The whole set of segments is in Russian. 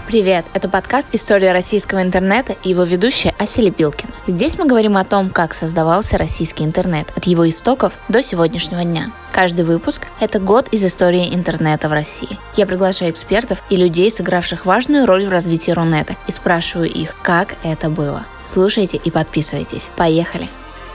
Привет! Это подкаст «История российского интернета» и его ведущая Ася Лепилкина. Здесь мы говорим о том, как создавался российский интернет от его истоков до сегодняшнего дня. Каждый выпуск – это год из истории интернета в России. Я приглашаю экспертов и людей, сыгравших важную роль в развитии Рунета, и спрашиваю их, как это было. Слушайте и подписывайтесь. Поехали!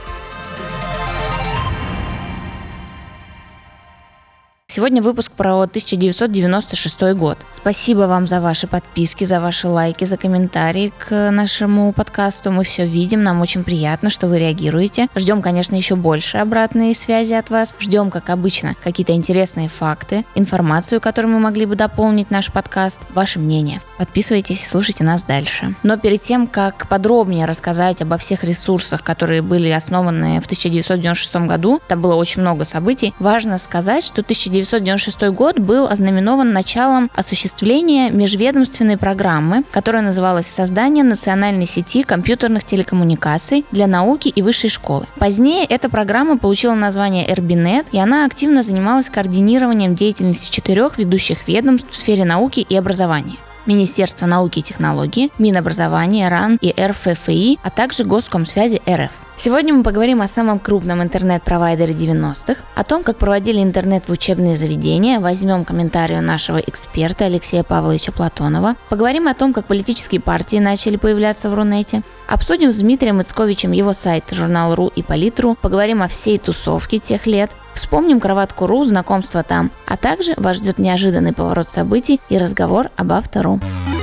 Сегодня выпуск про 1996 год. Спасибо вам за ваши подписки, за ваши лайки, за комментарии к нашему подкасту. Мы все видим, нам очень приятно, что вы реагируете. Ждем, конечно, еще больше обратной связи от вас. Ждем, как обычно, какие-то интересные факты, информацию, которую мы могли бы дополнить наш подкаст, ваше мнение. Подписывайтесь и слушайте нас дальше. Но перед тем, как подробнее рассказать обо всех ресурсах, которые были основаны в 1996 году, там было очень много событий, важно сказать, что 1996 год был ознаменован началом осуществления межведомственной программы, которая называлась «Создание национальной сети компьютерных телекоммуникаций для науки и высшей школы». Позднее эта программа получила название РБНет, и она активно занималась координированием деятельности 4 ведущих ведомств в сфере науки и образования. Министерство науки и технологий, Минобразования, РАН и РФФИ, а также Госкомсвязи РФ. Сегодня мы поговорим о самом крупном интернет-провайдере 90-х, о том, как проводили интернет в учебные заведения, возьмем комментарий нашего эксперта Алексея Павловича Платонова, поговорим о том, как политические партии начали появляться в Рунете, обсудим с Дмитрием Ицковичем его сайт журнал.ру и Политру, поговорим о всей тусовке тех лет, вспомним Кроватку.ру, знакомство там, а также вас ждет неожиданный поворот событий и разговор об Авто.ру.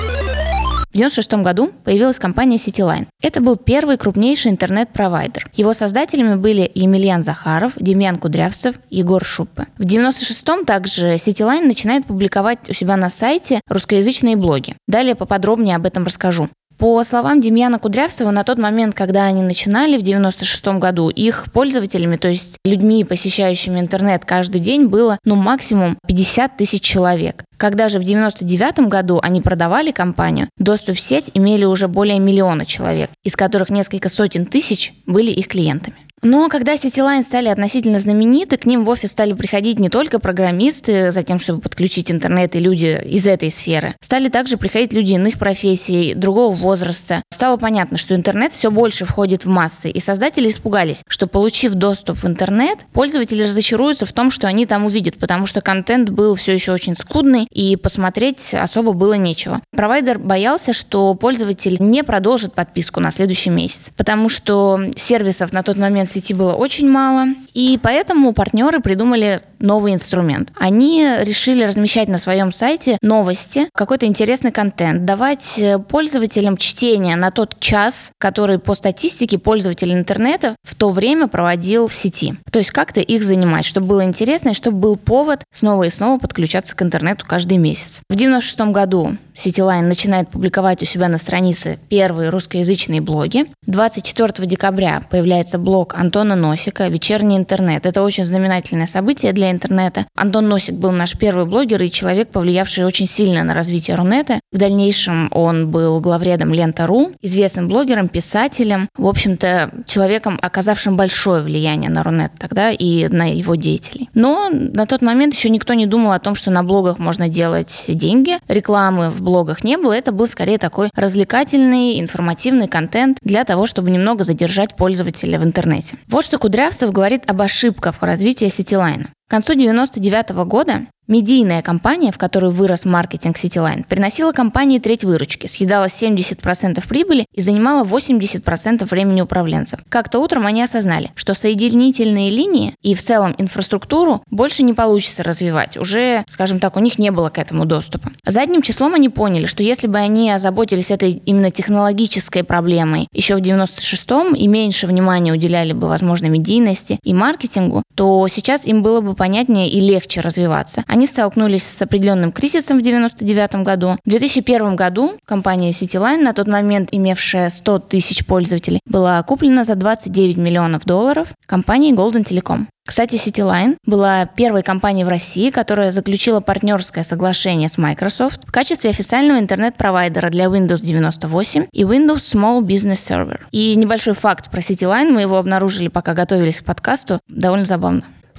В 1996 году появилась компания CityLine. Это был первый крупнейший интернет-провайдер. Его создателями были Емельян Захаров, Демьян Кудрявцев, Егор Шуппе. В 1996 также CityLine начинает публиковать у себя на сайте русскоязычные блоги. Далее поподробнее об этом расскажу. По словам Демьяна Кудрявцева, на тот момент, когда они начинали в 1996 году, их пользователями, то есть людьми, посещающими интернет каждый день, было максимум 50 тысяч человек. Когда же в 1999 году они продавали компанию, доступ в сеть имели уже более 1 миллиона человек, из которых несколько сотен тысяч были их клиентами. Но когда CityLine стали относительно знамениты, к ним в офис стали приходить не только программисты, за тем, чтобы подключить интернет, и люди из этой сферы. Стали также приходить люди иных профессий, другого возраста. Стало понятно, что интернет все больше входит в массы, и создатели испугались, что, получив доступ в интернет, пользователи разочаруются в том, что они там увидят, потому что контент был все еще очень скудный, и посмотреть особо было нечего. Провайдер боялся, что пользователь не продолжит подписку на следующий месяц, потому что сервисов на тот момент в сети было очень мало, и поэтому партнеры придумали новый инструмент. Они решили размещать на своем сайте новости, какой-то интересный контент, давать пользователям чтение на тот час, который по статистике пользователь интернета в то время проводил в сети. То есть как-то их занимать, чтобы было интересно и чтобы был повод снова и снова подключаться к интернету каждый месяц. В 1996 году CityLine начинает публиковать у себя на странице первые русскоязычные блоги. 24 декабря появляется блог Антона Носика «Вечерний интернет». Это очень знаменательное событие для интернета. Антон Носик был наш первый блогер и человек, повлиявший очень сильно на развитие Рунета. В дальнейшем он был главредом Лента.ру, известным блогером, писателем, в общем-то, человеком, оказавшим большое влияние на Рунет тогда и на его деятелей. Но на тот момент еще никто не думал о том, что на блогах можно делать деньги. Рекламы в блогах не было. Это был скорее такой развлекательный, информативный контент для того, чтобы немного задержать пользователя в интернете. Вот что Кудрявцев говорит об ошибках в развитии CityLine. К концу 1999 года медийная компания, в которую вырос маркетинг CityLine, приносила компании треть выручки, съедала 70% прибыли и занимала 80% времени управленцев. Как-то утром они осознали, что соединительные линии и в целом инфраструктуру больше не получится развивать. Уже, скажем так, у них не было к этому доступа. Задним числом они поняли, что если бы они озаботились этой именно технологической проблемой еще в 96-м и меньше внимания уделяли бы, возможно, медийности и маркетингу, то сейчас им было бы понятнее и легче развиваться. Они столкнулись с определенным кризисом в 1999 году. В 2001 году компания CityLine, на тот момент имевшая 100 тысяч пользователей, была куплена за $29 миллионов компанией Golden Telecom. Кстати, CityLine была первой компанией в России, которая заключила партнерское соглашение с Microsoft в качестве официального интернет-провайдера для Windows 98 и Windows Small Business Server. И небольшой факт про CityLine, мы его обнаружили, пока готовились к подкасту, довольно забавно.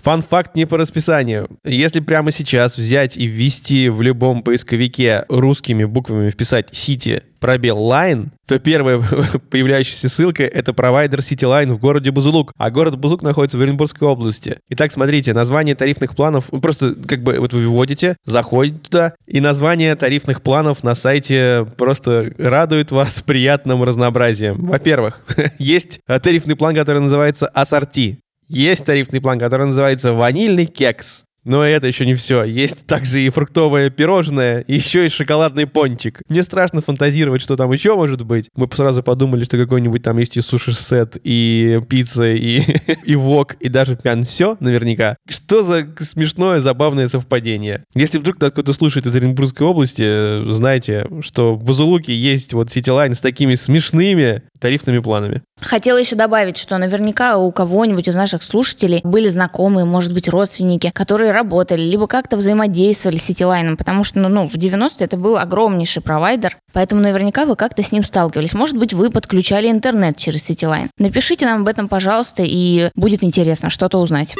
Фан-факт не по расписанию. Если прямо сейчас взять и ввести в любом поисковике русскими буквами вписать City пробел Line, то первая появляющаяся ссылка — это провайдер City Line в городе Бузулук. А город Бузулук находится в Оренбургской области. Итак, смотрите, название тарифных планов, вы просто вот вы вводите, заходите туда, и название тарифных планов на сайте просто радует вас приятным разнообразием. Во-первых, есть тарифный план, который называется Ассорти. Есть тарифный план, который называется «Ванильный кекс». Но это еще не все. Есть также и фруктовое пирожное, и еще и шоколадный пончик. Мне страшно фантазировать, что там еще может быть. Мы сразу подумали, что какой-нибудь там есть и суши-сет, и пицца, и вок, и даже пянсё наверняка. Что за смешное, забавное совпадение? Если вдруг кто-то слушает из Оренбургской области, знайте, что в Бузулуке есть вот City Line с такими смешными тарифными планами. Хотела еще добавить, что наверняка у кого-нибудь из наших слушателей были знакомые, может быть, родственники, которые работали, либо как-то взаимодействовали с Cityline, потому что, в 90-е это был огромнейший провайдер, поэтому наверняка вы как-то с ним сталкивались. Может быть, вы подключали интернет через Cityline. Напишите нам об этом, пожалуйста, и будет интересно что-то узнать.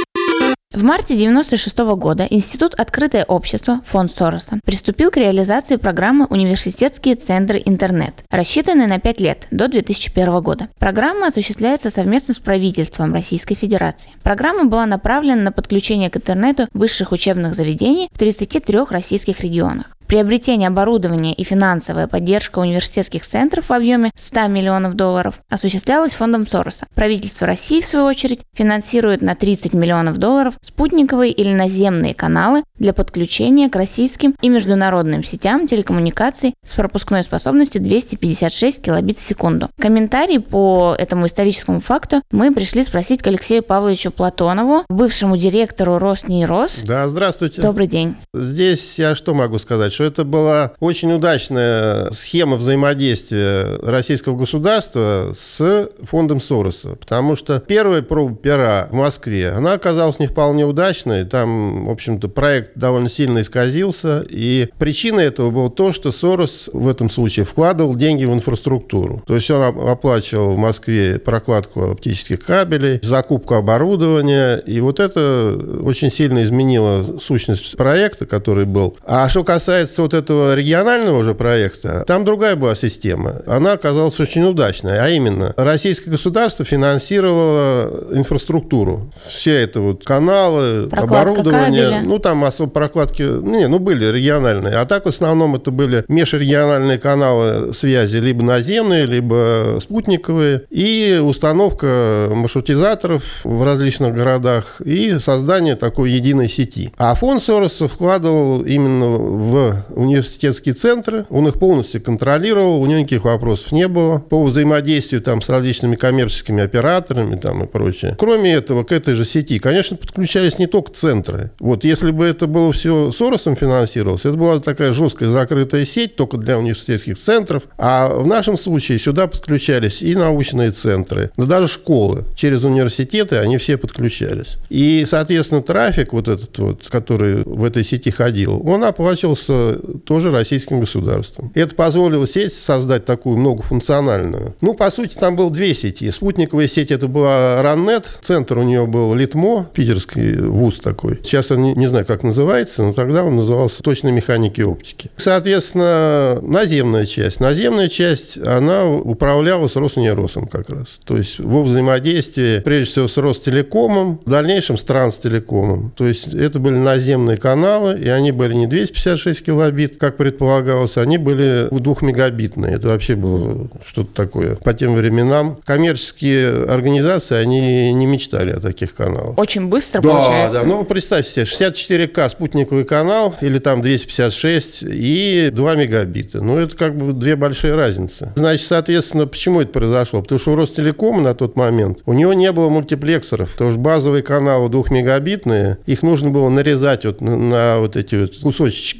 В марте 1996 года Институт «Открытое общество» фонд Сороса приступил к реализации программы «Университетские центры интернет», рассчитанной на 5 лет, до 2001 года. Программа осуществляется совместно с правительством Российской Федерации. Программа была направлена на подключение к интернету высших учебных заведений в 33 российских регионах. Приобретение оборудования и финансовая поддержка университетских центров в объеме $100 миллионов осуществлялась фондом Сороса. Правительство России, в свою очередь, финансирует на $30 миллионов спутниковые или наземные каналы для подключения к российским и международным сетям телекоммуникаций с пропускной способностью 256 килобит в секунду. Комментарий по этому историческому факту мы пришли спросить к Алексею Павловичу Платонову, бывшему директору Роснейрос. Да, здравствуйте. Добрый день. Здесь я что могу сказать? Что это была очень удачная схема взаимодействия российского государства с фондом Сороса, потому что первая проба пера в Москве, она оказалась не вполне удачной, там, в общем-то, проект довольно сильно исказился, и причиной этого было то, что Сорос в этом случае вкладывал деньги в инфраструктуру, то есть он оплачивал в Москве прокладку оптических кабелей, закупку оборудования, и вот это очень сильно изменило сущность проекта, который был. А что касается вот этого регионального уже проекта, там другая была система. Она оказалась очень удачной, а именно российское государство финансировало инфраструктуру. Все это вот каналы, прокладка оборудование. кабеля. Там особо прокладки, были региональные. А так в основном это были межрегиональные каналы связи, либо наземные, либо спутниковые. И установка маршрутизаторов в различных городах и создание такой единой сети. А фонд Сороса вкладывал именно в университетские центры, он их полностью контролировал, у него никаких вопросов не было по взаимодействию там с различными коммерческими операторами там и прочее. Кроме этого, к этой же сети, конечно, подключались не только центры. Вот если бы это было все Соросом финансировалось, это была такая жесткая закрытая сеть только для университетских центров, а в нашем случае сюда подключались и научные центры, да даже школы. Через университеты они все подключались. И, соответственно, трафик вот этот вот, который в этой сети ходил, он оплачивался тоже российским государством. Это позволило сеть создать такую многофункциональную. По сути, там было две сети. Спутниковая сеть — это была Раннет, центр у нее был Литмо, питерский вуз такой. Сейчас я не знаю, как называется, но тогда он назывался точной механики и оптики. Соответственно, наземная часть. Наземная часть, она управлялась Роснейросом как раз. То есть во взаимодействии, прежде всего, с Ростелекомом, в дальнейшем с Транстелекомом. То есть это были наземные каналы, и они были не 256 килобит, как предполагалось, они были 2-мегабитные. Это вообще было что-то такое. По тем временам коммерческие организации, они не мечтали о таких каналах. Очень быстро получается. Да. Представьте себе, 64К спутниковый канал, или там 256 и 2 мегабита. Это как бы две большие разницы. Значит, соответственно, почему это произошло? Потому что у Ростелекома на тот момент, у него не было мультиплексоров, потому что базовые каналы 2-мегабитные, их нужно было нарезать на вот эти вот кусочки по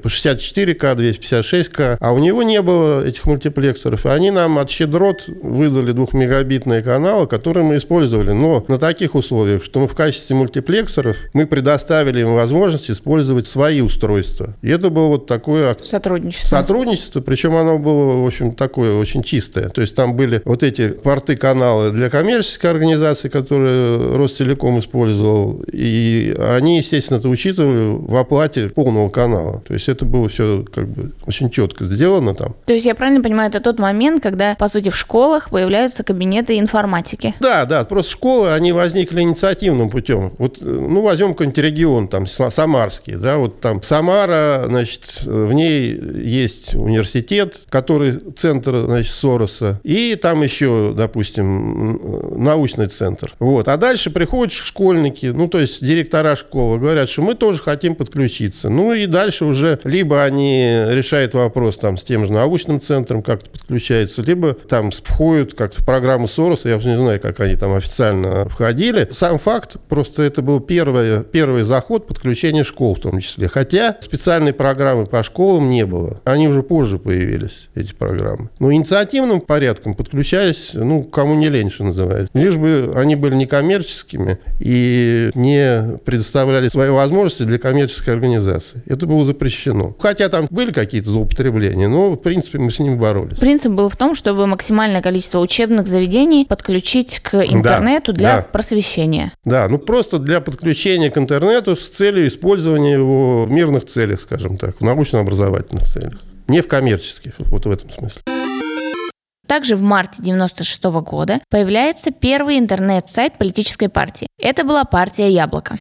типа 64К, 256К, а у него не было этих мультиплексоров. И они нам от щедрот выдали 2-мегабитные каналы, которые мы использовали, но на таких условиях, что мы в качестве мультиплексоров мы предоставили им возможность использовать свои устройства. И это было вот такое сотрудничество, причем оно было, в общем, такое очень чистое. То есть там были вот эти порты-каналы для коммерческой организации, которые Ростелеком использовал, и они, естественно, это учитывали в оплате полного канала. То есть это было все как бы очень четко сделано там. То есть я правильно понимаю, это тот момент, когда, по сути, в школах появляются кабинеты информатики? Да, просто школы, они возникли инициативным путем. Вот, ну, возьмем какой-нибудь регион, там, Самарский, да, вот там Самара, значит, в ней есть университет, который центр, значит, Сороса, и там еще, допустим, научный центр. Вот. А дальше приходят школьники, ну, то есть директора школы, говорят, что мы тоже хотим подключиться. Ну, и дальше уже либо они решают вопрос там с тем же научным центром, как-то подключаются, либо там входят как-то в программу Сороса, я уже не знаю, как они там официально входили. Сам факт, просто это был первый заход подключения школ в том числе. Хотя специальной программы по школам не было. Они уже позже появились, эти программы. Но инициативным порядком подключались, ну, кому не лень, что называется. Лишь бы они были некоммерческими и не предоставляли свои возможности для коммерческой организации. Это было запрещено. Хотя там были какие-то злоупотребления, но, в принципе, мы с ними боролись. Принцип был в том, чтобы максимальное количество учебных заведений подключить к интернету для просвещения. Да, ну просто для подключения к интернету с целью использования его в мирных целях, скажем так, в научно-образовательных целях. Не в коммерческих, вот в этом смысле. Также в марте 1996 года появляется первый интернет-сайт политической партии. Это была партия «Яблоко».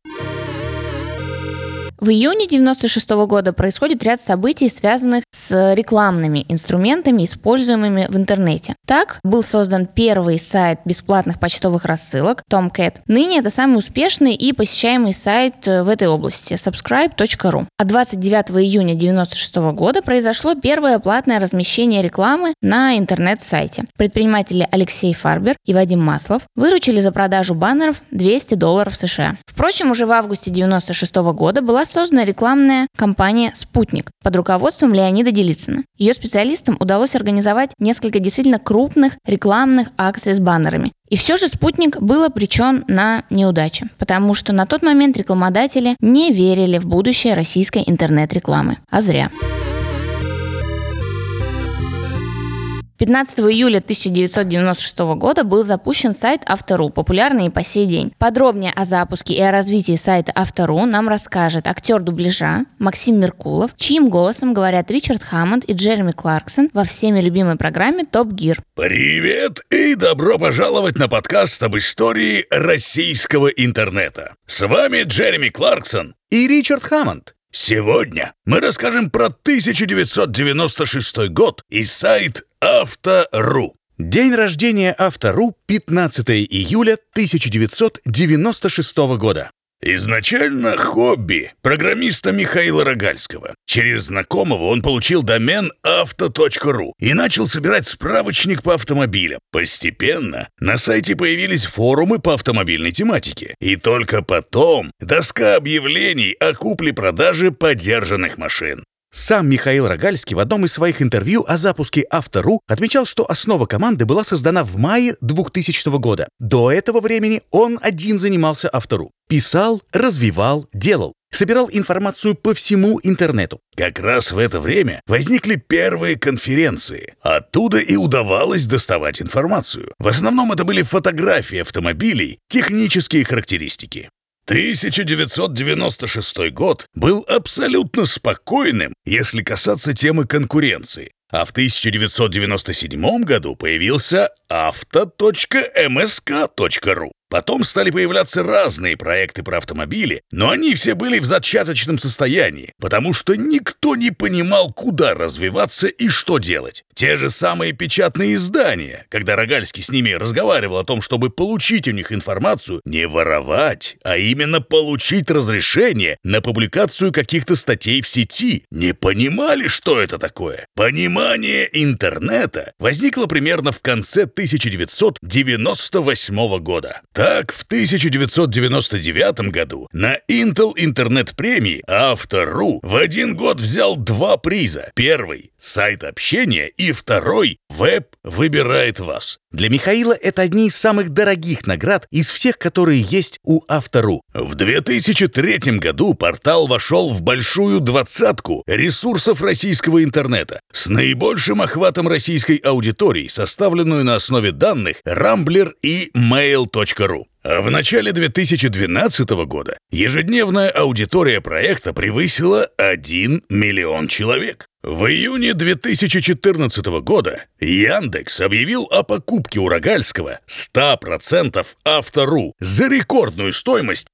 В июне 1996 года происходит ряд событий, связанных с рекламными инструментами, используемыми в интернете. Так, был создан первый сайт бесплатных почтовых рассылок Tomcat. Ныне это самый успешный и посещаемый сайт в этой области – subscribe.ru. А 29 июня 1996 года произошло первое платное размещение рекламы на интернет-сайте. Предприниматели Алексей Фарбер и Вадим Маслов выручили за продажу баннеров $200 США. Впрочем, уже в августе 1996 года была создана рекламная кампания «Спутник» под руководством Леонида Делицына. Ее специалистам удалось организовать несколько действительно крупных рекламных акций с баннерами. И все же «Спутник» был обречен на неудачи, потому что на тот момент рекламодатели не верили в будущее российской интернет-рекламы. А зря. 15 июля 1996 года был запущен сайт Авто.ру, популярный и по сей день. Подробнее о запуске и о развитии сайта Авто.ру нам расскажет актер дубляжа Максим Меркулов, чьим голосом говорят Ричард Хаммонд и Джереми Кларксон во всеми любимой программе «Топ Гир». Привет и добро пожаловать на подкаст об истории российского интернета. С вами Джереми Кларксон и Ричард Хаммонд. Сегодня мы расскажем про 1996 год и сайт Авто.ру. День рождения Авто.ру – 15 июля 1996 года. Изначально хобби программиста Михаила Рогальского. Через знакомого он получил домен авто.ру и начал собирать справочник по автомобилям. Постепенно на сайте появились форумы по автомобильной тематике. И только потом доска объявлений о купле-продаже подержанных машин. Сам Михаил Рогальский в одном из своих интервью о запуске Авто.ру отмечал, что основа команды была создана в мае 2000 года. До этого времени он один занимался Авто.ру. Писал, развивал, делал. Собирал информацию по всему интернету. Как раз в это время возникли первые конференции. Оттуда и удавалось доставать информацию. В основном это были фотографии автомобилей, технические характеристики. 1996 год был абсолютно спокойным, если касаться темы конкуренции. А в 1997 году появился авто.msk.ru. Потом стали появляться разные проекты про автомобили, но они все были в зачаточном состоянии, потому что никто не понимал, куда развиваться и что делать. Те же самые печатные издания, когда Рогальский с ними разговаривал о том, чтобы получить у них информацию, не воровать, а именно получить разрешение на публикацию каких-то статей в сети, не понимали, что это такое. Понимание интернета возникло примерно в конце 1998 года. Так, в 1999 году на Intel интернет-премии Авто.ру в один год взял 2 приза. Первый – сайт общения, и второй – веб выбирает вас. Для Михаила это одни из самых дорогих наград из всех, которые есть у Авто.ру. В 2003 году портал вошел в большую 20-ку ресурсов российского интернета с наибольшим охватом российской аудитории, составленную на основе данных Rambler и Mail.ru. А в начале 2012 года ежедневная аудитория проекта превысила 1 миллион человек. В июне 2014 года Яндекс объявил о покупке у Рогальского 100% Авто.ру за рекордную стоимость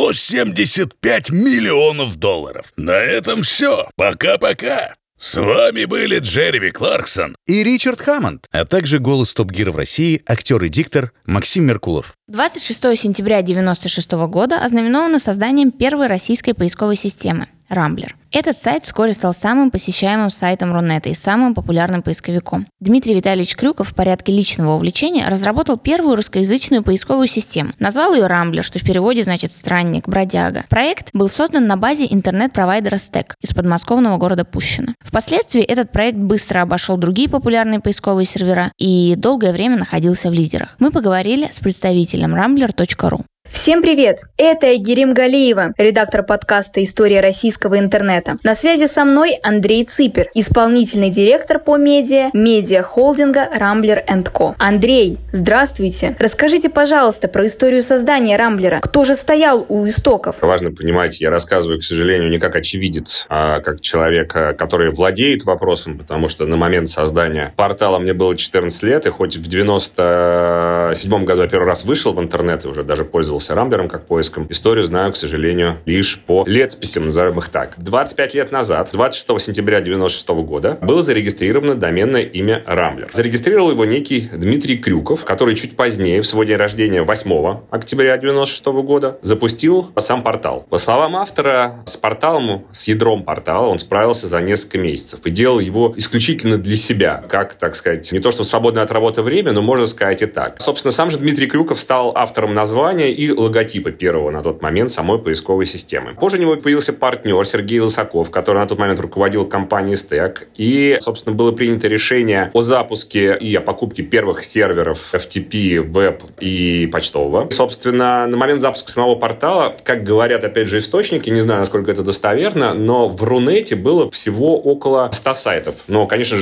$175 миллионов. На этом все. Пока-пока. С вами были Джереми Кларксон и Ричард Хаммонд, а также голос Топ Гира в России, актер и диктор Максим Меркулов. 26 сентября 1996 года ознаменовано созданием первой российской поисковой системы – Rambler. Этот сайт вскоре стал самым посещаемым сайтом Рунета и самым популярным поисковиком. Дмитрий Витальевич Крюков в порядке личного увлечения разработал первую русскоязычную поисковую систему. Назвал ее Rambler, что в переводе значит «странник», «бродяга». Проект был создан на базе интернет-провайдера Стек из подмосковного города Пущино. Впоследствии этот проект быстро обошел другие популярные поисковые сервера и долгое время находился в лидерах. Мы поговорили с представителем Rambler.ru. Всем привет! Это Эгерим Галиева, редактор подкаста «История российского интернета». На связи со мной Андрей Ципер, исполнительный директор по медиа-холдинга Rambler & Co. Андрей, здравствуйте! Расскажите, пожалуйста, про историю создания Рамблера. Кто же стоял у истоков? Важно понимать, я рассказываю, к сожалению, не как очевидец, а как человек, который владеет вопросом, потому что на момент создания портала мне было 14 лет, и хоть в 97 году я первый раз вышел в интернет и уже даже пользовался Рамблером как поиском, историю знаю, к сожалению, лишь по летописям, назовем их так. 25 лет назад, 26 сентября 1996 года, было зарегистрировано доменное имя Rambler. Зарегистрировал его некий Дмитрий Крюков, который чуть позднее, в свой день рождения 8 октября 1996 года, запустил сам портал. По словам автора, с порталом, с ядром портала он справился за несколько месяцев и делал его исключительно для себя, как, так сказать, не то что в свободное от работы время, но можно сказать и так. Собственно, сам же Дмитрий Крюков стал автором названия и логотипа первого на тот момент самой поисковой системы. Позже у него появился партнер Сергей Лысаков, который на тот момент руководил компанией Стек. И, собственно, было принято решение о запуске и о покупке первых серверов FTP, веб и почтового. Собственно, на момент запуска самого портала, как говорят, опять же, источники, не знаю, насколько это достоверно, но в Рунете было всего около 100 сайтов. Но, конечно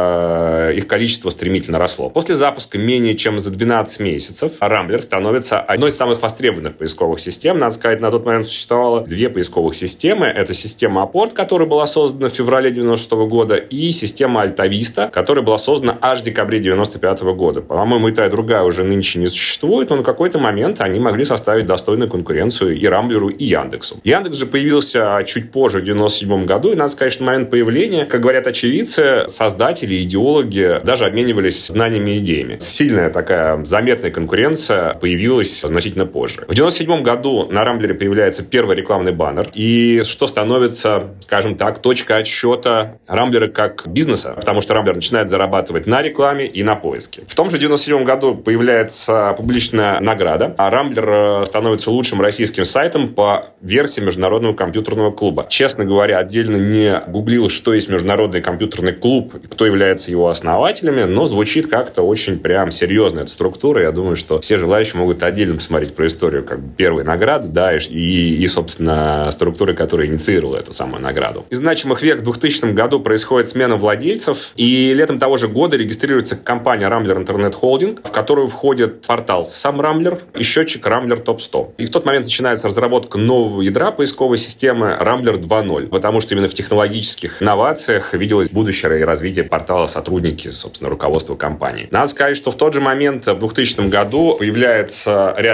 же, их количество стремительно росло. После запуска менее чем за 12 месяцев Rambler становится одной из самых востребованных поисковых систем. Надо сказать, на тот момент существовало 2 поисковых системы. Это система Апорт, которая была создана в феврале 1996 года, и система Альтависта, которая была создана аж в декабре 1995 года. По-моему, и та, и другая уже нынче не существует, но на какой-то момент они могли составить достойную конкуренцию и Рамблеру, и Яндексу. Яндекс же появился чуть позже, в 1997 году, и надо сказать, что на момент появления, как говорят очевидцы, создатели, идеологи даже обменивались знаниями и идеями. Сильная такая заметная конкуренция появилась значительно позже. В 1997 году на Рамблере появляется первый рекламный баннер, и что становится, скажем так, точкой отсчета Рамблера как бизнеса, потому что Рамблер начинает зарабатывать на рекламе и на поиске. В том же 1997 году появляется публичная награда, а Рамблер становится лучшим российским сайтом по версии Международного компьютерного клуба. Честно говоря, отдельно не гуглил, что есть Международный компьютерный клуб и кто является его основателями, но звучит как-то очень прям серьезно эта структура. Я думаю, что все желающие могут отдельно посмотреть про историю как бы первой награды, да, и собственно, структуры, которая инициировала эту самую награду. Из значимых век в 2000 году происходит смена владельцев, и летом того же года регистрируется компания Rambler Internet Holding, в которую входит портал сам Rambler и счетчик Rambler Top 100. И в тот момент начинается разработка нового ядра поисковой системы Rambler 2.0, потому что именно в технологических инновациях виделось будущее и развитие портала сотрудники, собственно, руководства компании. Надо сказать, что в тот же момент, в 2000 году, появляется ряд сервисов,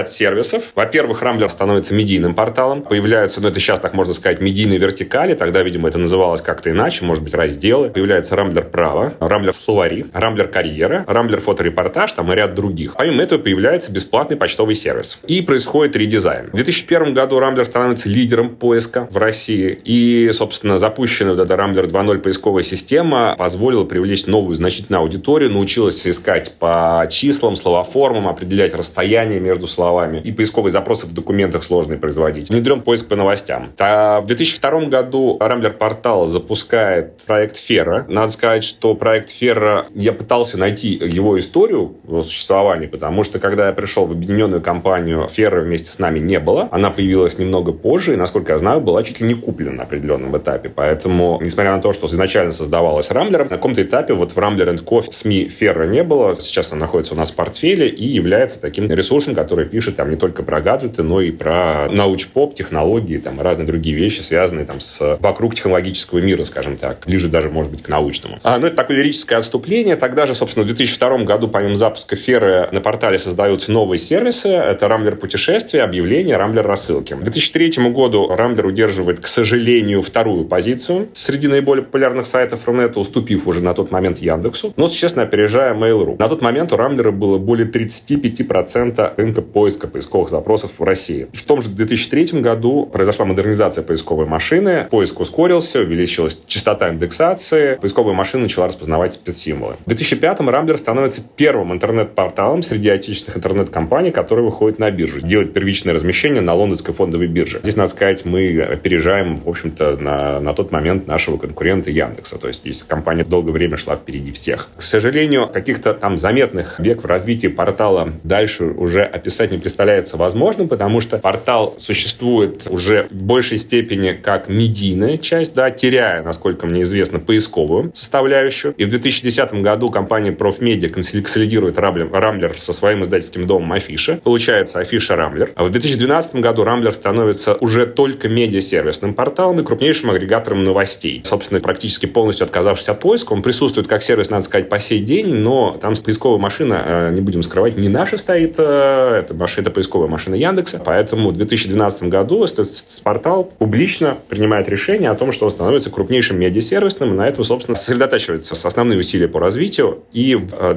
сервисов. Во-первых, Рамблер становится медийным порталом. Появляются, это сейчас так можно сказать, медийные вертикали. Тогда, видимо, это называлось как-то иначе, может быть, разделы. Появляется Рамблер Право, Рамблер Словари, Рамблер Карьера, Рамблер Фоторепортаж, там и ряд других. Помимо этого появляется бесплатный почтовый сервис. И происходит редизайн. В 2001 году Рамблер становится лидером поиска в России. И, собственно, запущенная вот эта Рамблер 2.0 поисковая система позволила привлечь новую значительную аудиторию, научилась искать по числам, словоформам, определять расстояние между словами. И поисковые запросы в документах сложные производить. Внедрен поиск по новостям. В 2002 году Рамблер портал запускает проект Ферра. Надо сказать, что проект Ферра, я пытался найти его историю существования, потому что, когда я пришел в объединенную компанию, Ферра вместе с нами не было. Она появилась немного позже, и, насколько я знаю, была чуть ли не куплена на определенном этапе. Поэтому, несмотря на то, что изначально создавалась Рамблером, на каком-то этапе вот в Рамблер & Co. СМИ Ферра не было. Сейчас она находится у нас в портфеле и является таким ресурсом, который пишет там не только про гаджеты, но и про научпоп, технологии, там, и разные другие вещи, связанные там с вокруг технологического мира, скажем так. Ближе даже, может быть, к научному. Но это такое лирическое отступление. Тогда же, собственно, в 2002 году, помимо запуска Ферры, на портале создаются новые сервисы. Это Рамблер путешествия, объявления, Рамблер рассылки. К 2003 году Рамблер удерживает, к сожалению, вторую позицию среди наиболее популярных сайтов Рунета, уступив уже на тот момент Яндексу, но, честно, опережая Mail.ru. На тот момент у Рамблера было более 35% рынка поиска поисковых запросов в России. В том же 2003 году произошла модернизация поисковой машины, поиск ускорился, увеличилась частота индексации, поисковая машина начала распознавать спецсимволы. В 2005-м Рамблер становится первым интернет-порталом среди отечественных интернет-компаний, который выходит на биржу, делает первичное размещение на лондонской фондовой бирже. Здесь, надо сказать, мы опережаем, в общем-то, на тот момент нашего конкурента Яндекса. То есть здесь компания долгое время шла впереди всех. К сожалению, каких-то там заметных век в развитии портала дальше уже описать не представляется возможным, потому что портал существует уже в большей степени как медийная часть, да, теряя, насколько мне известно, поисковую составляющую. И в 2010 году компания Профмедиа консолидирует Рамблер со своим издательским домом Афиша. Получается Афиша Рамблер. А в 2012 году Рамблер становится уже только медиасервисным порталом и крупнейшим агрегатором новостей. Собственно, практически полностью отказавшись от поиска, он присутствует как сервис, надо сказать, по сей день, но там поисковая машина, не будем скрывать, не наша стоит, это поисковая машина Яндекса. Поэтому в 2012 году этот портал публично принимает решение о том, что он становится крупнейшим медиасервисным, и на этом, собственно, сосредотачиваются основные усилия по развитию. И в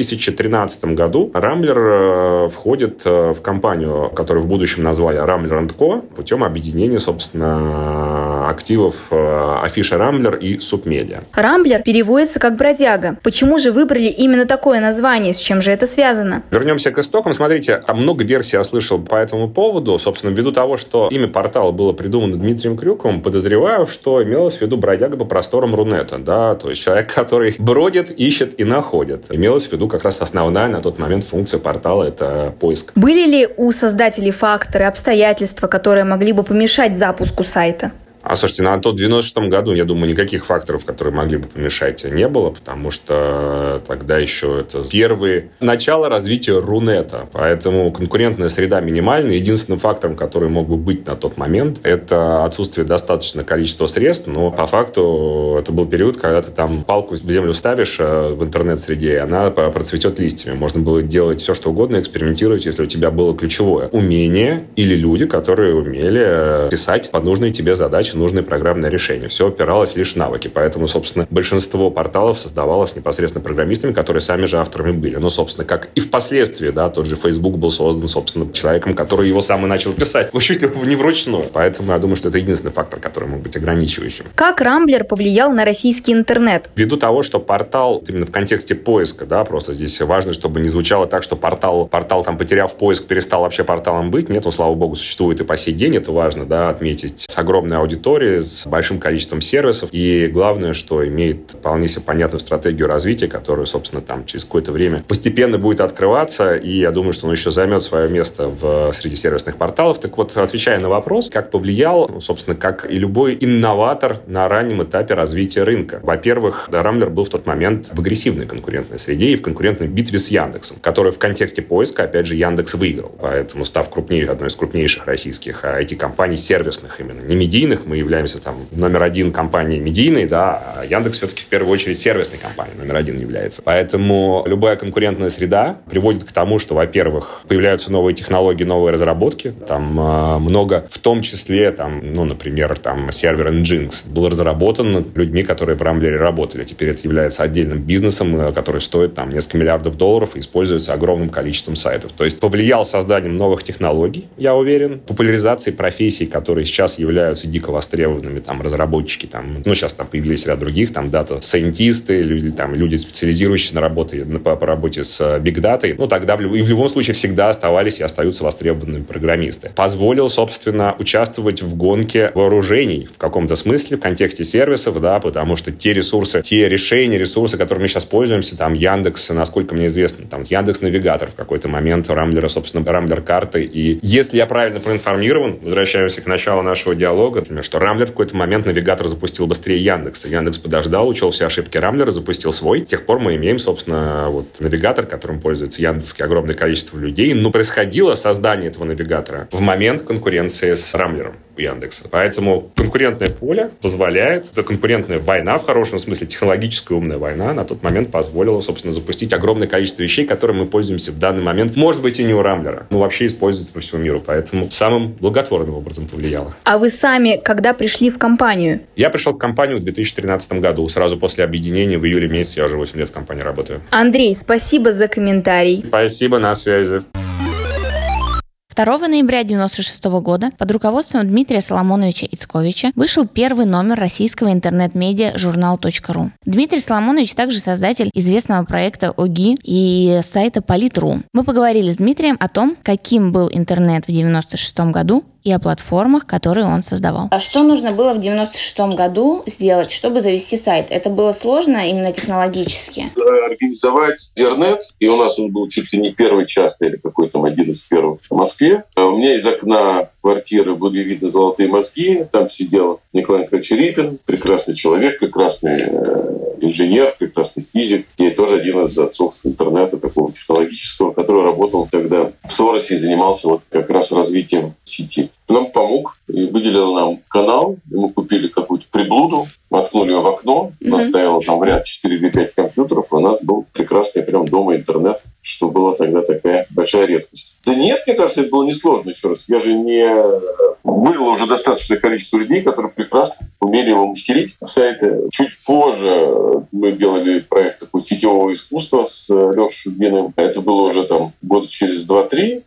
2013 году Рамблер входит в компанию, которую в будущем назвали Рамблер & Co. путем объединения, собственно, активов Афиша Рамблер и Субмедиа. Рамблер переводится как бродяга. Почему же выбрали именно такое название? С чем же это связано? Вернемся к истокам. Смотрите, там много версий я слышал по этому поводу. Собственно, ввиду того, что имя портала было придумано Дмитрием Крюковым, подозреваю, что имелось в виду бродяга по просторам Рунета. Да? То есть человек, который бродит, ищет и находит. Имелось в виду как раз основная на тот момент функция портала – это поиск. Были ли у создателей факторы, обстоятельства, которые могли бы помешать запуску сайта? Слушайте, на тот 96-м году, я думаю, никаких факторов, которые могли бы помешать, не было, потому что тогда еще это первые начало развития Рунета. Поэтому конкурентная среда минимальна. Единственным фактором, который мог бы быть на тот момент, это отсутствие достаточного количества средств. Но по факту это был период, когда ты там палку в землю ставишь в интернет-среде, и она процветет листьями. Можно было делать все, что угодно, экспериментировать, если у тебя было ключевое умение или люди, которые умели писать под нужные тебе задачи, нужное программное решение. Все опиралось лишь в навыки. Поэтому, собственно, большинство порталов создавалось непосредственно программистами, которые сами же авторами были. Но, собственно, как и впоследствии, да, тот же Facebook был создан, собственно, человеком, который его сам и начал писать. Чуть ли не вручную. Поэтому я думаю, что это единственный фактор, который мог быть ограничивающим. Как Рамблер повлиял на российский интернет? Ввиду того, что портал, именно в контексте поиска, да, просто здесь важно, чтобы не звучало так, что портал там, потеряв поиск, перестал вообще порталом быть. Нет, он, слава богу, существует и по сей день. Это важно, да, отметить. С огромной аудиторией, с большим количеством сервисов. И главное, что имеет вполне себе понятную стратегию развития, которую, собственно, там через какое-то время постепенно будет открываться. И я думаю, что он еще займет свое место среди сервисных порталов. Так вот, отвечая на вопрос, как повлиял, собственно, как и любой инноватор на раннем этапе развития рынка. Во-первых, Рамблер был в тот момент в агрессивной конкурентной среде и в конкурентной битве с Яндексом, который в контексте поиска, опять же, Яндекс выиграл. Поэтому, став одной из крупнейших российских IT-компаний, сервисных именно, не медийных, мы являемся там номер один компанией медийной, да, а Яндекс все-таки в первую очередь сервисной компанией номер один является. Поэтому любая конкурентная среда приводит к тому, что, во-первых, появляются новые технологии, новые разработки. Там много, в том числе, там, ну, например, там сервер Nginx был разработан людьми, которые в Рамблере работали. Теперь это является отдельным бизнесом, который стоит там несколько миллиардов долларов и используется огромным количеством сайтов. То есть повлиял созданием новых технологий, я уверен, популяризацией профессий, которые сейчас являются дико востребованными, там, разработчики, там, ну, сейчас там появились ряд других, там, дата-сайентисты, люди, специализирующиеся по работе с биг-датой, ну, тогда в любом случае всегда оставались и остаются востребованными программисты. Позволил, собственно, участвовать в гонке вооружений в каком-то смысле, в контексте сервисов, да, потому что те ресурсы, те решения, ресурсы, которыми мы сейчас пользуемся, там, Яндекс, насколько мне известно, там, Яндекс.Навигатор в какой-то момент, Рамблера, собственно, Рамблер-карты, и если я правильно проинформирован, возвращаемся к началу нашего диалога, например, что Рамблер в какой-то момент навигатор запустил быстрее Яндекса. Яндекс подождал, учел все ошибки Рамблера, запустил свой. С тех пор мы имеем, собственно, вот навигатор, которым пользуется Яндекс, огромное количество людей. Но происходило создание этого навигатора в момент конкуренции с Рамблером у Яндекса. Поэтому конкурентное поле позволяет, это конкурентная война, в хорошем смысле, технологическая умная война, на тот момент позволила, собственно, запустить огромное количество вещей, которыми мы пользуемся в данный момент. Может быть, и не у Рамблера, но вообще используется по всему миру. Поэтому самым благотворным образом повлияло. А вы сами когда пришли в компанию? Я пришел в компанию в 2013 году, сразу после объединения, в июле месяце, я уже 8 лет в компании работаю. Андрей, спасибо за комментарий. Спасибо, на связи. 2 ноября 1996 года под руководством Дмитрия Соломоновича Ицковича вышел первый номер российского интернет-медиа журнал.ру. Дмитрий Соломонович также создатель известного проекта ОГИ и сайта Полит.ру. Мы поговорили с Дмитрием о том, каким был интернет в 1996 году и о платформах, которые он создавал. А что нужно было в 1996 году сделать, чтобы завести сайт? Это было сложно именно технологически? Организовать интернет, и у нас он был чуть ли не первый частный или какой-то там один из первых в Москве. У меня из окна квартиры были видны золотые мозги. Там сидел Николай Николаевич Репин, прекрасный человек, прекрасный инженер, прекрасный физик. И тоже один из отцов интернета такого технологического, который работал тогда в Соросе и занимался вот как раз развитием сети. Нам помог и выделил нам канал. Мы купили какую-то приблуду, воткнули ее в окно. У нас стояло там в ряд 4 или 5 компьютеров. И у нас был прекрасный прям дома интернет, что была тогда такая большая редкость. Да нет, мне кажется, это было несложно, еще раз. Я же не... Было уже достаточное количество людей, которые прекрасно умели его мастерить. Сайты. Чуть позже мы делали проект такой сетевого искусства с Лешей Шубиным. Это было уже там года через 2-3.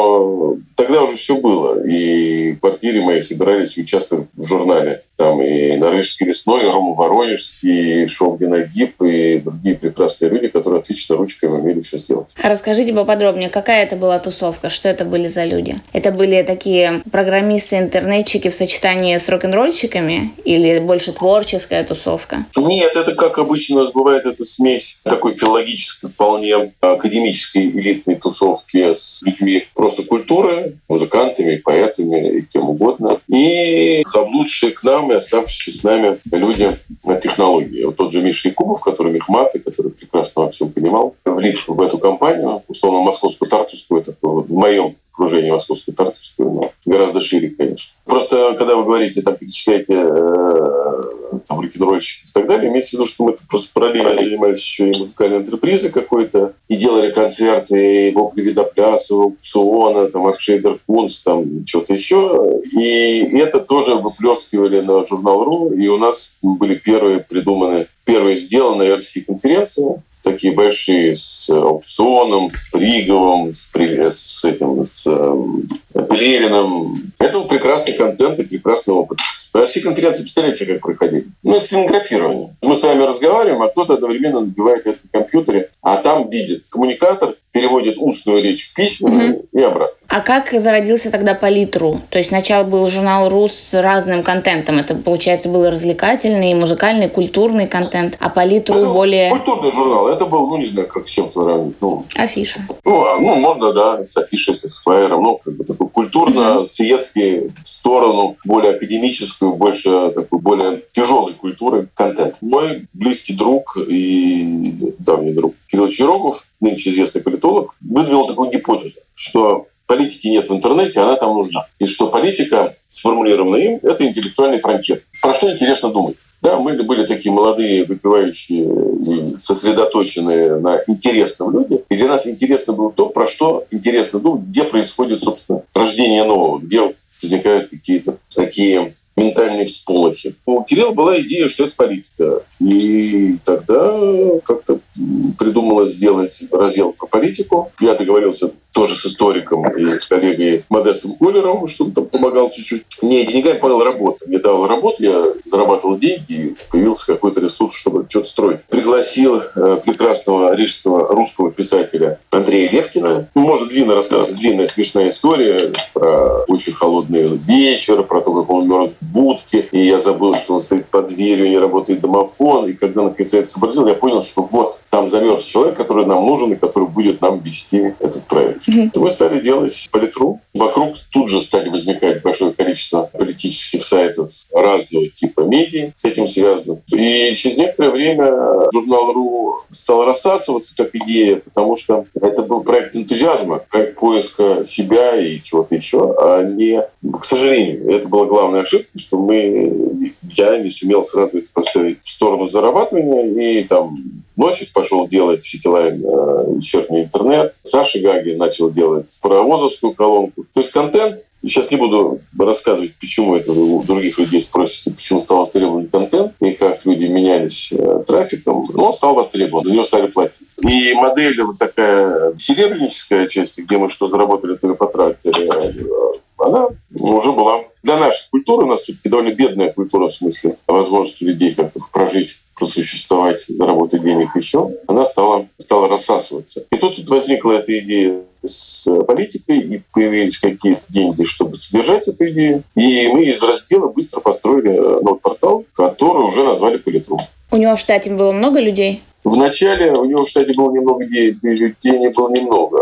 Но тогда уже все было. И в квартире моей собирались участвовать в журнале. Там и Норвежский лесной, и Рома Воронежский, и Шоу Геногиб, и другие прекрасные люди, которые отлично ручкой умели все сделать. Расскажите поподробнее, какая это была тусовка, что это были за люди? Это были такие программисты-интернетчики в сочетании с рок-н-ролльщиками или больше творческая тусовка? Нет, это, как обычно у нас бывает, это смесь такой филологической, вполне академической элитной тусовки с людьми просто культуры, музыкантами, поэтами и кем угодно. И заблудшие к нам и оставшиеся с нами люди технологии. Вот тот же Миша Якубов, который мехмат, и который прекрасно во всем понимал, влип в эту компанию, условно московскую тартусскую, такую вот в моем окружении московскую тартусскую, но гораздо шире, конечно. Просто, когда вы говорите, там, перечисляете там, рок-н-ролльщиков и так далее, имеется в виду, что мы просто параллельно занимались еще и музыкальной антрепризой какой-то, и делали концерты, и вопли Видоплясова, аукциона, там, Аркшейдер Кунс, там, что-то еще. И это тоже выплескивали на журнал.ру, и у нас были первые сделаны RC-конференции, такие большие, с аукционом, с Приговым, с Пелевиным. Это был прекрасный контент и прекрасный опыт. Все конференции, представляете, как проходили? Стенографирование. Мы с вами разговариваем, а кто-то одновременно набивает это на компьютере, а там видит коммуникатор, переводит устную речь в письменную и обратно. А как зародился тогда Полит.ру? То есть сначала был журнал «Ру» с разным контентом. Это, получается, был развлекательный, музыкальный, культурный контент. А Полит.ру это более... Культурный журнал. Это был, не знаю, как с чем сравнить. Афиша. Можно, да, с афишей, с эксплайером. Такой культурно-светский в сторону, более академическую, более тяжелой культуры контент. Мой близкий друг и давний друг Кирилл Чирогов, нынче известный политолог, выдвинул такую гипотезу, что политики нет в интернете, она там нужна. И что политика, сформулированная им, это интеллектуальный фронтир. Про что интересно думать? Да, мы были такие молодые, выпивающие и сосредоточенные на интересном люди. И для нас интересно было то, про что интересно думать, где происходит, собственно, рождение нового, где возникают какие-то такие ментальные всполохи. У Кирилла была идея, что это политика. И тогда как-то придумалось сделать раздел про политику. Я договорился тоже с историком и коллегой Модестом Коллером, что он там помогал чуть-чуть. Не деньгами помогал работать. Мне давал работу, я зарабатывал деньги, и появился какой-то ресурс, чтобы что-то строить. Пригласил прекрасного рижского русского писателя Андрея Левкина. Может длинно рассказывать, длинная смешная история про очень холодный вечер, про то, как он мерз в будке, и я забыл, что он стоит под дверью, не работает домофон. И когда наконец я это сообразил, я понял, что вот там замерз человек, который нам нужен и который будет нам вести этот проект. Мы стали делать политру. Вокруг тут же стали возникать большое количество политических сайтов разного типа медиа с этим связано. И через некоторое время журнал «РУ» стал рассасываться как идея, потому что это был проект энтузиазма, проект поиска себя и чего-то еще, а не... К сожалению, это была главная ошибка, что я не сумел сразу это поставить в сторону зарабатывания, и там Носик пошел делать Ситилайн «Вечерний интернет». Саша Гаги начал делать паровозовскую колонку. То есть контент, сейчас не буду рассказывать, почему это у других людей спросите, почему стал востребован контент и как люди менялись трафиком, но он стал востребован, за него стали платить. И модель вот такая серебряническая часть, где мы что заработали, то и потратили, она уже была для нашей культуры, у нас все-таки довольно бедная культура в смысле возможности людей как-то прожить, просуществовать, заработать денег еще, она стала рассасываться. И тут возникла эта идея с политикой, и появились какие-то деньги, чтобы содержать эту идею. И мы из раздела быстро построили новый портал, который уже назвали «Политру». У него в штате было много людей? Вначале у него в штате было немного людей не было немного.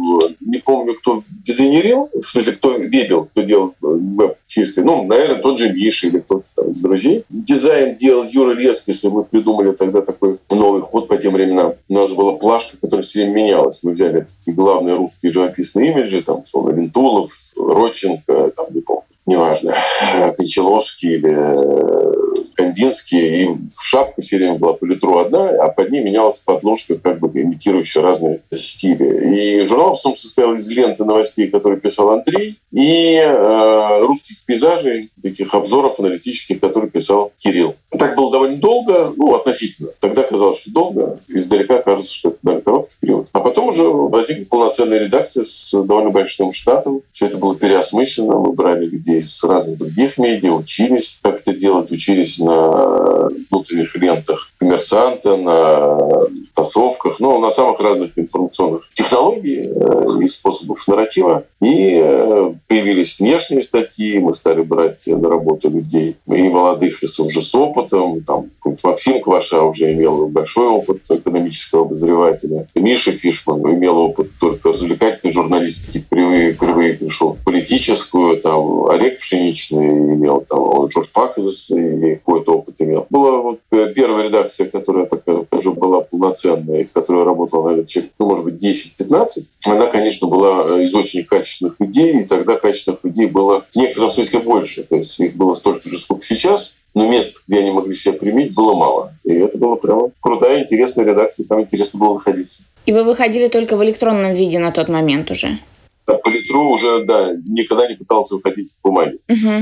Не помню, кто дизайнерил, в смысле, кто вебил, кто делал веб чистый. Ну, наверное, тот же Миша или кто-то там из друзей. Дизайн делал Юра Лескис, и мы придумали тогда такой новый ход по тем временам. У нас была плашка, которая все время менялась. Мы взяли такие главные русские живописные имиджи, там, условно, Винтулов, Родченко, там, не помню, неважно, Кончаловский или Кандинский, и в шапку все время была политру одна, а под ней менялась подложка, как бы имитирующая разные стили. И журнал в основном состоял из ленты новостей, которые писал Андрей, и русских пейзажей, таких обзоров аналитических, которые писал Кирилл. Так было довольно долго, ну, относительно. Тогда казалось, что долго, издалека кажется, что это довольно короткий период. А потом уже возникла полноценная редакция с довольно большим штатом. Все это было переосмысленно. Мы брали людей с разных других медиа, учились, как это делать, учились на внутренних лентах «Коммерсанта», на тасовках, ну, на самых разных информационных технологий и способов нарратива. И появились внешние статьи, мы стали брать на работу людей и молодых, и уже с опытом. Там Максим Кваша уже имел большой опыт экономического обозревателя. Миша Фишман имел опыт только развлекательной журналистики, впервые пришел в политическую. Там Олег Пшеничный имел, там Джордж Факзес и какой-то опыт имел. Была вот первая редакция, которая такая уже была полноценная, и в которой работала, наверное, человек, ну, может быть, 10-15. Она, конечно, была из очень качественных людей, и тогда качественных людей было в некотором смысле больше. То есть их было столько же, сколько сейчас, но мест, где они могли себя применить, было мало. И это была прямо крутая, интересная редакция, там интересно было находиться. И вы выходили только в электронном виде на тот момент уже? Политру уже, да, никогда не пытался выходить в бумаге.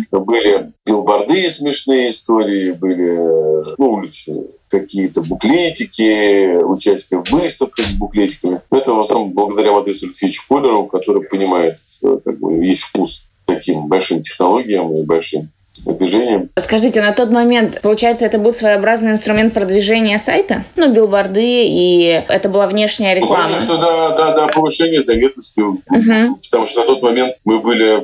Были билборды, смешные истории, были уличные какие-то буклетики, участие в выставках с буклетиками. Но это в основном благодаря Модесту Алексеевичу Коллеру, который понимает, как бы, есть вкус к таким большим технологиям и большим движением. Скажите, на тот момент, получается, это был своеобразный инструмент продвижения сайта? Ну, билборды, и это была внешняя реклама. Ну, конечно, да, повышение заметности. Потому что на тот момент мы были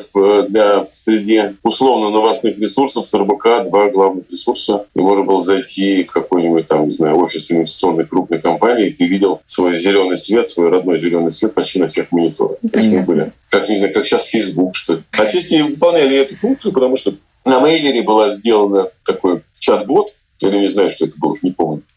в среде условно новостных ресурсов с РБК, 2 главных ресурса. И можно было зайти в какой-нибудь там, не знаю, офис инвестиционной крупной компании, и ты видел свой зеленый свет, свой родной зеленый свет почти на всех мониторах. То есть мы были, как, не знаю, как сейчас Facebook, что ли. Отчасти выполняли эту функцию, потому что на мейлере была сделана такой чат-бот, или не знаю, что это было, не помню.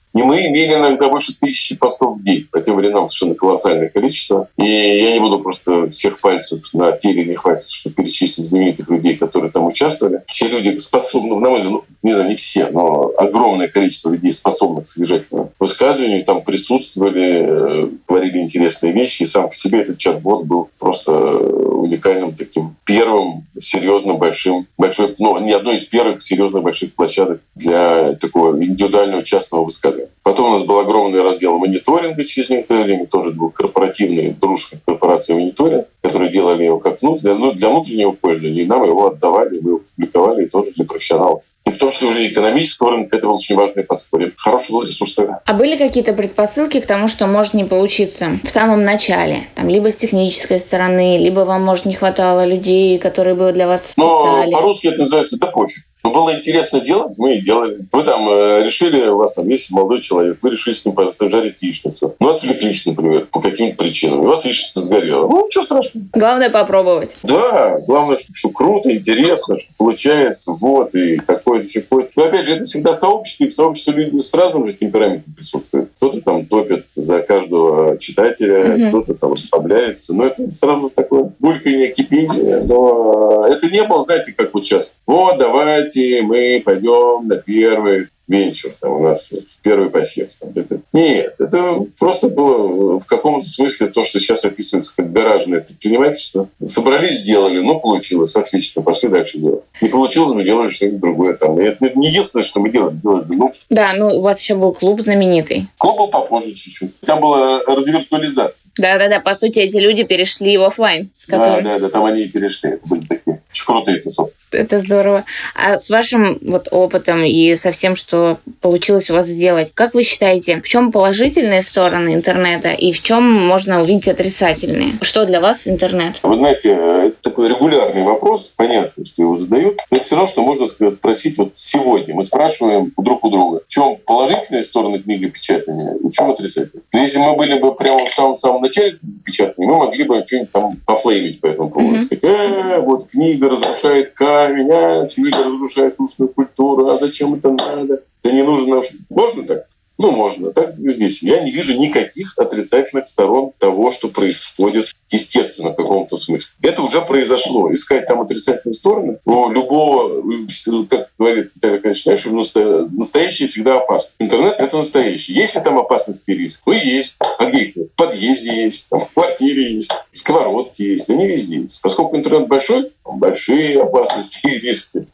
И мы имели иногда больше 1000 постов в день. По тем временам совершенно колоссальное количество. И я не буду просто всех пальцев на теле не хватит, чтобы перечислить знаменитых людей, которые там участвовали. Все люди способны, на мой взгляд, не знаю, не все, но огромное количество людей, способных к содержательному высказыванию, там присутствовали, говорили интересные вещи. И сам по себе этот чат-бот был просто уникальным таким первым серьезным большой, не одной из первых серьезных больших площадок для такого индивидуального частного высказывания. Потом у нас был огромный раздел мониторинга через некоторое время, тоже был корпоративный, дружная корпорация мониторинг, которые делали его как для внутреннего пользования, и нам его отдавали, мы его публиковали, и тоже для профессионалов. И в том числе уже экономического рынка, это было очень важное подспорье. Хороший был ресурс тогда. А были какие-то предпосылки к тому, что может не получиться в самом начале? Там, либо с технической стороны, либо вам, может, не хватало людей, которые бы для вас писали? Но по-русски это называется «да пофиг». Но было интересно делать, мы и делали. Вы там решили, у вас там есть молодой человек, вы решили с ним жарить яичницу. Ну, отвлеклись, например, по каким-то причинам. И у вас яичница сгорела. Ну, ничего страшного. Главное попробовать. Да, главное, что круто, интересно, что получается, вот, и такое-то, всякое. Но, опять же, это всегда сообщество, и в сообществе люди с разным же темпераментом присутствуют. Кто-то там топит за каждого читателя, кто-то там расслабляется. Но это сразу такое бульканье, кипение. Но это не было, знаете, как вот сейчас. Вот, давайте мы пойдем на первый венчур, там у нас первый посев. Нет, это просто было в каком-то смысле то, что сейчас описывается как гаражное предпринимательство. Собрались, сделали, получилось, отлично, пошли дальше делать. Не получилось, мы делали что-нибудь другое. Там. И это не единственное, что мы делали. Да, у вас еще был клуб знаменитый. Клуб был попозже чуть-чуть. Там была развиртуализация. Да, по сути, эти люди перешли в офлайн. Да, там они и перешли. Это были такие очень крутые тусовки. Это здорово. А с вашим опытом и со всем, что получилось у вас сделать, как вы считаете, в чем положительные стороны интернета и в чем можно увидеть отрицательные? Что для вас интернет? Вы знаете, это такой регулярный вопрос, понятно, что его задают. Но это все равно, что можно спросить вот сегодня. Мы спрашиваем друг у друга, в чем положительные стороны книгопечатания и в чем отрицательные. Но если мы были бы прямо в самом начале печатания, мы могли бы что-нибудь там пофлеймить по этому поводу. Сказать, вот книга разрушает камень, книга разрушает устную культуру, а зачем это надо? Да не нужно. Можно так? Можно. Так здесь. Я не вижу никаких отрицательных сторон того, что происходит, естественно, в каком-то смысле. Это уже произошло. Искать там отрицательные стороны у любого, как говорит Виталий Константинович, настоящее всегда опасно. Интернет — это настоящий. Есть ли там опасность и риск? Есть. А где их? В подъезде есть, в квартире есть, в сковородке есть. Они везде есть. Поскольку интернет большой, большие опасности и риски.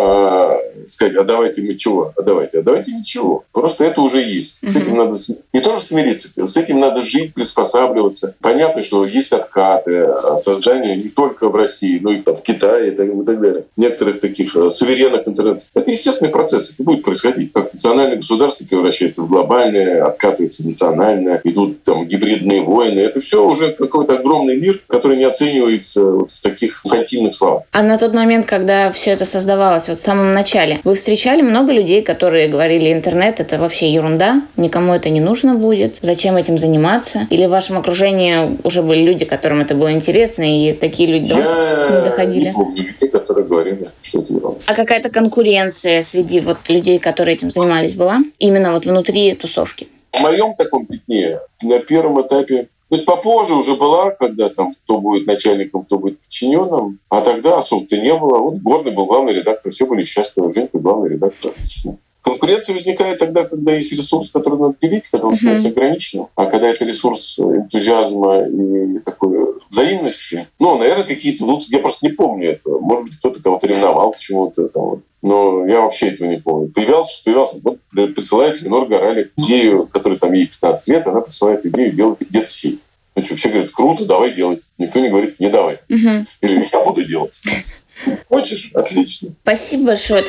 Но сказать, а давайте мы чего? А давайте ничего. Просто это уже есть. С этим надо не тоже смириться, с этим надо жить, приспосабливаться. Понятно, что есть откаты, создание не только в России, но и в Китае и так далее. Некоторых таких суверенных интернетов. Это естественный процесс, это будет происходить. Как национальное государство превращается в глобальное, откатывается в национальное, идут там гибридные войны. Это все уже какой-то огромный мир, который не оценивается вот в таких инфантильных словах. А на тот момент, когда все это создавалось, вот в самом начале, вы встречали много людей, которые говорили, интернет — это вообще ерунда, никому это не нужно будет, зачем этим заниматься? Или в вашем окружении уже были люди, которым это было интересно, и такие люди до вас не доходили? Я не помню людей, которые говорили, что это ерунда. А какая-то конкуренция среди людей, которые этим занимались, была? Именно вот внутри тусовки? В моем таком пятне на первом этапе, попозже уже была, когда там кто будет начальником, кто будет подчиненным, а тогда особо-то не было. Вот Горный был главный редактор, все были счастливы, Женька главный редактор, отлично. Конкуренция возникает тогда, когда есть ресурс, который надо делить, когда он становится ограниченным. А когда это ресурс энтузиазма и такой взаимности, наверное, какие-то... я просто не помню этого. Может быть, кто-то кого-то ревновал почему-то. Но я вообще этого не помню. Появлялся. Вот присылает Ленор Горалик идею, которой там ей 15 лет, она присылает идею делать где-то сеть. Все говорят, круто, давай делать. Никто не говорит, не давай. Или я буду делать. Хочешь? Отлично. Спасибо большое.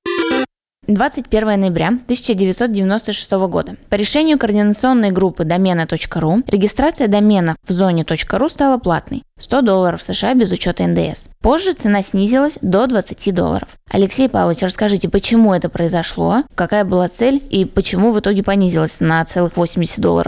21 ноября 1996 года. По решению координационной группы домена.ру регистрация домена в зоне .ру стала платной. $100 США без учета НДС. Позже цена снизилась до $20. Алексей Павлович, расскажите, почему это произошло, какая была цель и почему в итоге понизилась на целых $80?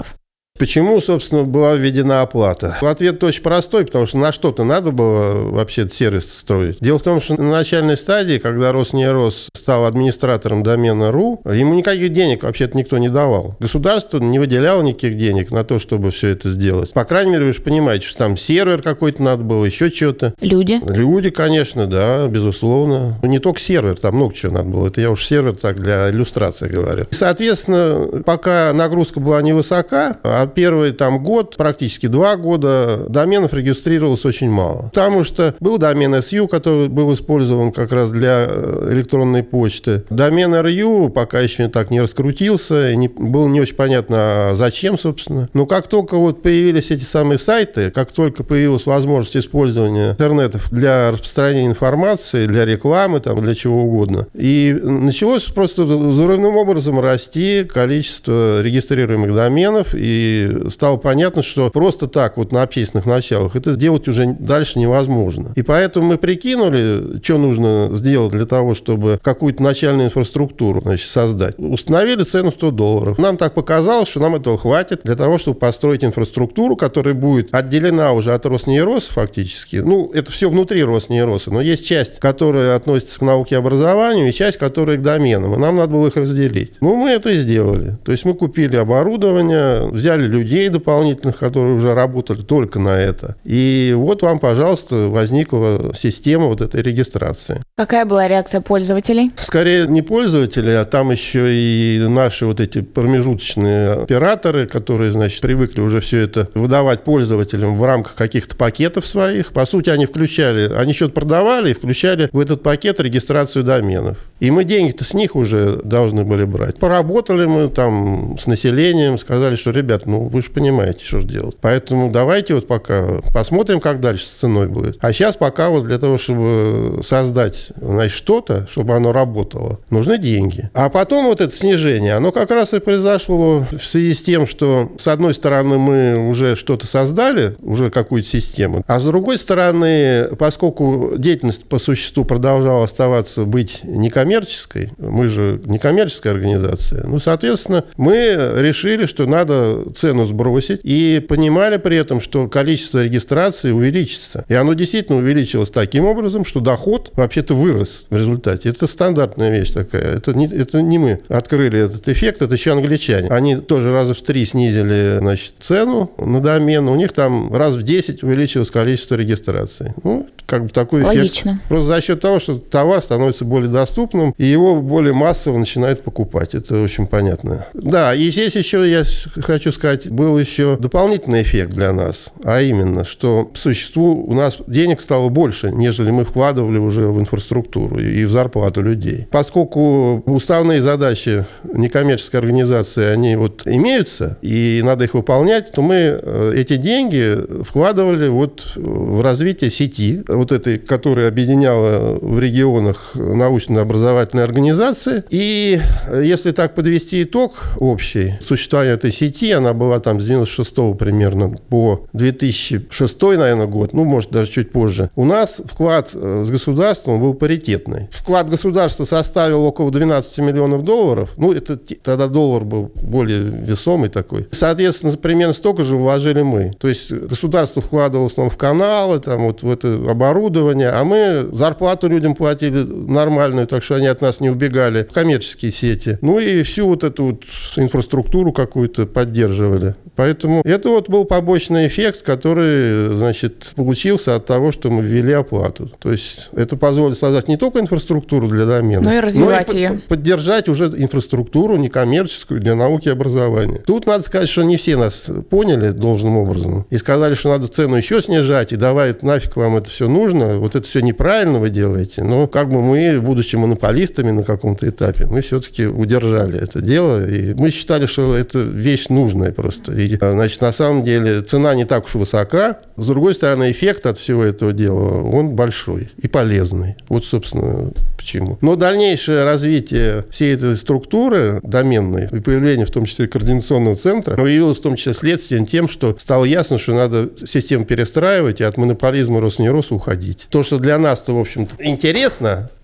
Почему, собственно, была введена оплата? Ответ очень простой, потому что на что-то надо было вообще сервис строить. Дело в том, что на начальной стадии, когда Роснейрос стал администратором домена .ру, ему никаких денег вообще-то никто не давал. Государство не выделяло никаких денег на то, чтобы все это сделать. По крайней мере, вы же понимаете, что там сервер какой-то надо было, еще что-то. Люди? Люди, конечно, да, безусловно. Не только сервер, там много чего надо было. Это я уж сервер так для иллюстрации говорю. Соответственно, пока нагрузка была невысока, а первый там год, практически 2 года, доменов регистрировалось очень мало. Потому что был домен SU, который был использован как раз для электронной почты. Домен RU пока еще так не раскрутился, и было не очень понятно, зачем, собственно. Но как только вот появились эти самые сайты, как только появилась возможность использования интернетов для распространения информации, для рекламы, там, для чего угодно, и началось просто взрывным образом расти количество регистрируемых доменов, и стало понятно, что просто так вот на общественных началах это сделать уже дальше невозможно. И поэтому мы прикинули, что нужно сделать для того, чтобы какую-то начальную инфраструктуру, значит, создать. Установили цену $100. Нам так показалось, что нам этого хватит для того, чтобы построить инфраструктуру, которая будет отделена уже от Роснейроса фактически. Ну, это все внутри Роснейроса, но есть часть, которая относится к науке и образованию, и часть, которая к доменам. И нам надо было их разделить. Ну, мы это и сделали. То есть мы купили оборудование, взяли людей дополнительных, которые уже работали только на это. И вот вам, пожалуйста, возникла система вот этой регистрации. Какая была реакция пользователей? Скорее не пользователи, а там еще и наши вот эти промежуточные операторы, которые, значит, привыкли уже все это выдавать пользователям в рамках каких-то пакетов своих. По сути, они что-то продавали и включали в этот пакет регистрацию доменов. И мы деньги-то с них уже должны были брать. Поработали мы там с населением, сказали, что, ребят, вы же понимаете, что же делать. Поэтому давайте вот пока посмотрим, как дальше с ценой будет. А сейчас пока вот для того, чтобы создать, значит, что-то, чтобы оно работало, нужны деньги. А потом вот это снижение, оно как раз и произошло в связи с тем, что с одной стороны мы уже что-то создали, уже какую-то систему, а с другой стороны, поскольку деятельность по существу продолжала оставаться некоммерческой, мы же некоммерческая организация, соответственно, мы решили, что надо цену сбросить, и понимали при этом, что количество регистраций увеличится. И оно действительно увеличилось таким образом, что доход вообще-то вырос в результате. Это стандартная вещь такая. Это не мы открыли этот эффект, это еще англичане. Они тоже раза в 3 снизили, значит, цену на домен. У них там раз в 10 увеличилось количество регистраций. Как бы такой эффект. Логично. Просто за счет того, что товар становится более доступным, и его более массово начинают покупать. Это очень понятно. Да, и здесь еще, я хочу сказать, был еще дополнительный эффект для нас, а именно, что по существу у нас денег стало больше, нежели мы вкладывали уже в инфраструктуру и в зарплату людей. Поскольку уставные задачи некоммерческой организации, они вот имеются, и надо их выполнять, то мы эти деньги вкладывали вот в развитие сети, вот этой, которая объединяла в регионах научно-образовательные организации. И если так подвести итог общий существования этой сети, она была там с 96 примерно по 2006, наверное, год, может, даже чуть позже. У нас вклад с государством был паритетный. Вклад государства составил около $12 миллионов. Это тогда доллар был более весомый такой. Соответственно, примерно столько же вложили мы. То есть государство вкладывало в основном в каналы, там, вот в это оборудование, а мы зарплату людям платили нормальную, так что они от нас не убегали в коммерческие сети. И всю вот эту вот инфраструктуру какую-то поддерживали. Поэтому это вот был побочный эффект, который, значит, получился от того, что мы ввели оплату. То есть это позволит создать не только инфраструктуру для доменов, но и развивать ее. Поддержать уже инфраструктуру некоммерческую для науки и образования. Тут надо сказать, что не все нас поняли должным образом и сказали, что надо цену еще снижать, и давай нафиг вам это все нужно, вот это все неправильно вы делаете. Но как бы мы, будучи монополистами на каком-то этапе, мы все-таки удержали это дело, и мы считали, что это вещь нужная просто. И, значит, на самом деле цена не так уж высока. С другой стороны, эффект от всего этого дела, он большой и полезный. Вот, собственно, почему. Но дальнейшее развитие всей этой структуры доменной и появление, в том числе, координационного центра, явилось в том числе следствием тем, что стало ясно, что надо систему перестраивать и от монополизма Роснейроса уходить. То, что для нас-то, в общем-то, интересно,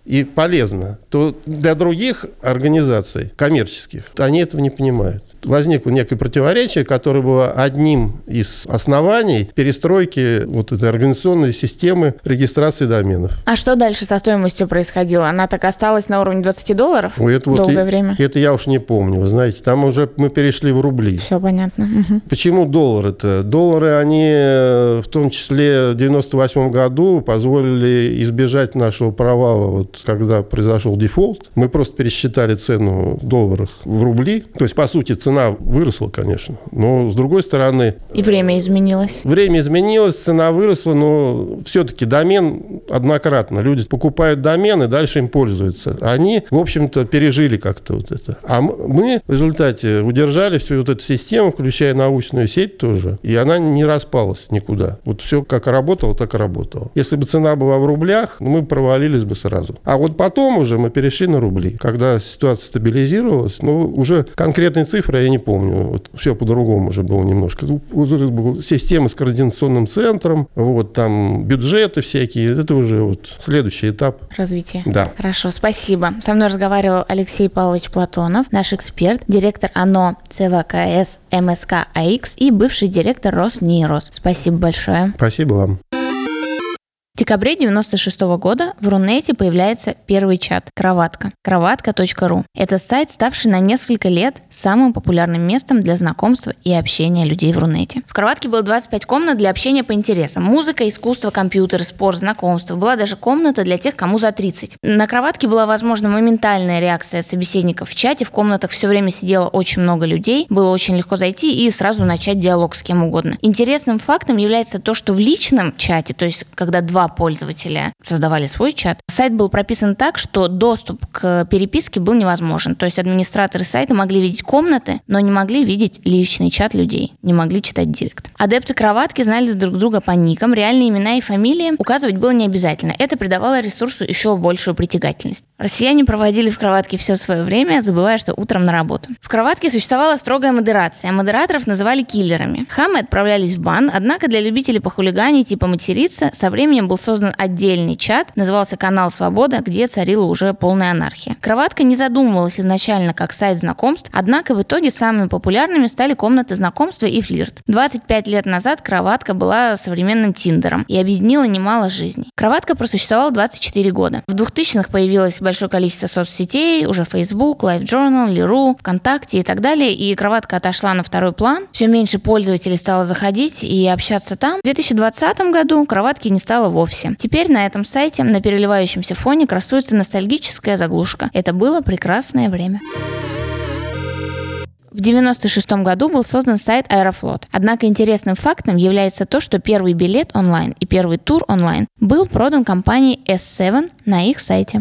и полезно, то для других организаций коммерческих они этого не понимают. Возникло некое противоречие, которое было одним из оснований перестройки вот этой организационной системы регистрации доменов. А что дальше со стоимостью происходило? Она так осталась на уровне $20 долгое время? Это я уж не помню, вы знаете. Там уже мы перешли в рубли. Все понятно. Угу. Почему доллары-то? Доллары, они в том числе в 1998 году позволили избежать нашего провала, вот когда произошел дефолт. Мы просто пересчитали цену в долларах в рубли. То есть, по сути, цена выросла, конечно. Но, с другой стороны... И время изменилось. Время изменилось, цена выросла, но все-таки домен однократно. Люди покупают домен и дальше им пользуются. Они, в общем-то, пережили как-то вот это. А мы в результате удержали всю вот эту систему, включая научную сеть тоже, и она не распалась никуда. Вот все как работало, так и работало. Если бы цена была в рублях, мы провалились бы сразу. А вот потом уже мы перешли на рубли. Когда ситуация стабилизировалась, уже конкретные цифры я не помню. Вот все по-другому уже было немножко. Уже была система с координационным центром, вот там бюджеты всякие. Это уже вот следующий этап. Развитие. Да. Хорошо, спасибо. Со мной разговаривал Алексей Павлович Платонов, наш эксперт, директор ОНО ЦВКС МСК АИКС и бывший директор Роснейрос. Спасибо большое. Спасибо вам. В декабре 1996 года в Рунете появляется первый чат «Кроватка» – кроватка.ру. Это сайт, ставший на несколько лет самым популярным местом для знакомства и общения людей в Рунете. В «Кроватке» было 25 комнат для общения по интересам. Музыка, искусство, компьютер, спорт, знакомство. Была даже комната для тех, кому за 30. На «Кроватке» была возможна моментальная реакция собеседников в чате. В комнатах все время сидело очень много людей. Было очень легко зайти и сразу начать диалог с кем угодно. Интересным фактом является то, что в личном чате, то есть когда два пользователя создавали свой чат, сайт был прописан так, что доступ к переписке был невозможен. То есть администраторы сайта могли видеть комнаты, но не могли видеть личный чат людей, не могли читать директ. Адепты «Кроватки» знали друг друга по никам, реальные имена и фамилии указывать было не обязательно. Это придавало ресурсу еще большую притягательность. Россияне проводили в «Кроватке» все свое время, забывая, что утром на работу. В «Кроватке» существовала строгая модерация. Модераторов называли киллерами. Хамы отправлялись в бан, однако для любителей похулиганить и поматериться со временем был создан отдельный чат, назывался «Канал Свобода», где царила уже полная анархия. «Кроватка» не задумывалась изначально как сайт знакомств, однако в итоге самыми популярными стали комнаты знакомства и флирт. 25 лет назад «Кроватка» была современным Тиндером и объединила немало жизней. «Кроватка» просуществовала 24 года. В 2000-х появилось большое количество соцсетей, уже Facebook, LiveJournal, Liru, ВКонтакте и так далее, и «Кроватка» отошла на второй план. Все меньше пользователей стало заходить и общаться там. В 2020 году «Кроватки» не стало вовсе. Теперь на этом сайте на переливающемся фоне красуется ностальгическая заглушка. Это было прекрасное время. В 1996 году был создан сайт Аэрофлот. Однако интересным фактом является то, что первый билет онлайн и первый тур онлайн был продан компанией S7 на их сайте.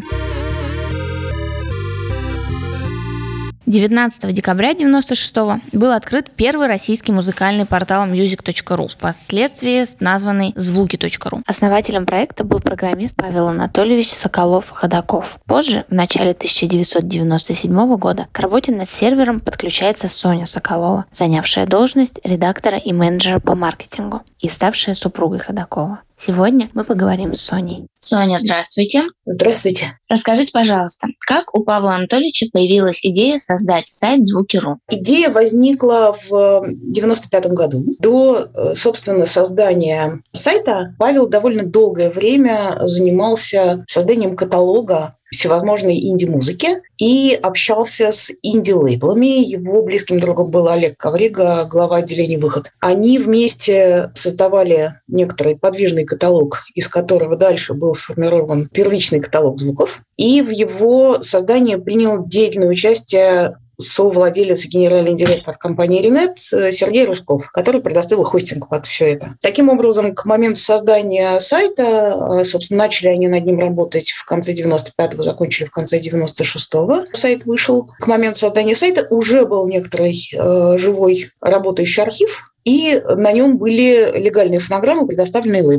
19 декабря 1996 был открыт первый российский музыкальный портал music.ru, впоследствии названный звуки.ру. Основателем проекта был программист Павел Анатольевич Соколов-Ходаков. Позже, в начале 1997 года, к работе над сервером подключается Соня Соколова, занявшая должность редактора и менеджера по маркетингу и ставшая супругой Ходакова. Сегодня мы поговорим с Соней. Соня, здравствуйте. Здравствуйте. Расскажите, пожалуйста, как у Павла Анатольевича появилась идея создать сайт Звуки.ру? Идея возникла в 1995 году. До, собственно, создания сайта Павел довольно долгое время занимался созданием каталога всевозможной инди-музыки и общался с инди-лейблами. Его близким другом был Олег Коврига, глава отделения «Выход». Они вместе создавали некоторый подвижный каталог, из которого дальше был сформирован первичный каталог звуков. И в его создании принял деятельное участие совладелец и генеральный директор компании Ренет Сергей Рыжков, который предоставил хостинг под все это. Таким образом, к моменту создания сайта, собственно, начали они над ним работать в конце 95-го, закончили в конце 96-го. Сайт вышел. К моменту создания сайта уже был некоторый живой работающий архив, и на нем были легальные фонограммы, предоставленные лейблами.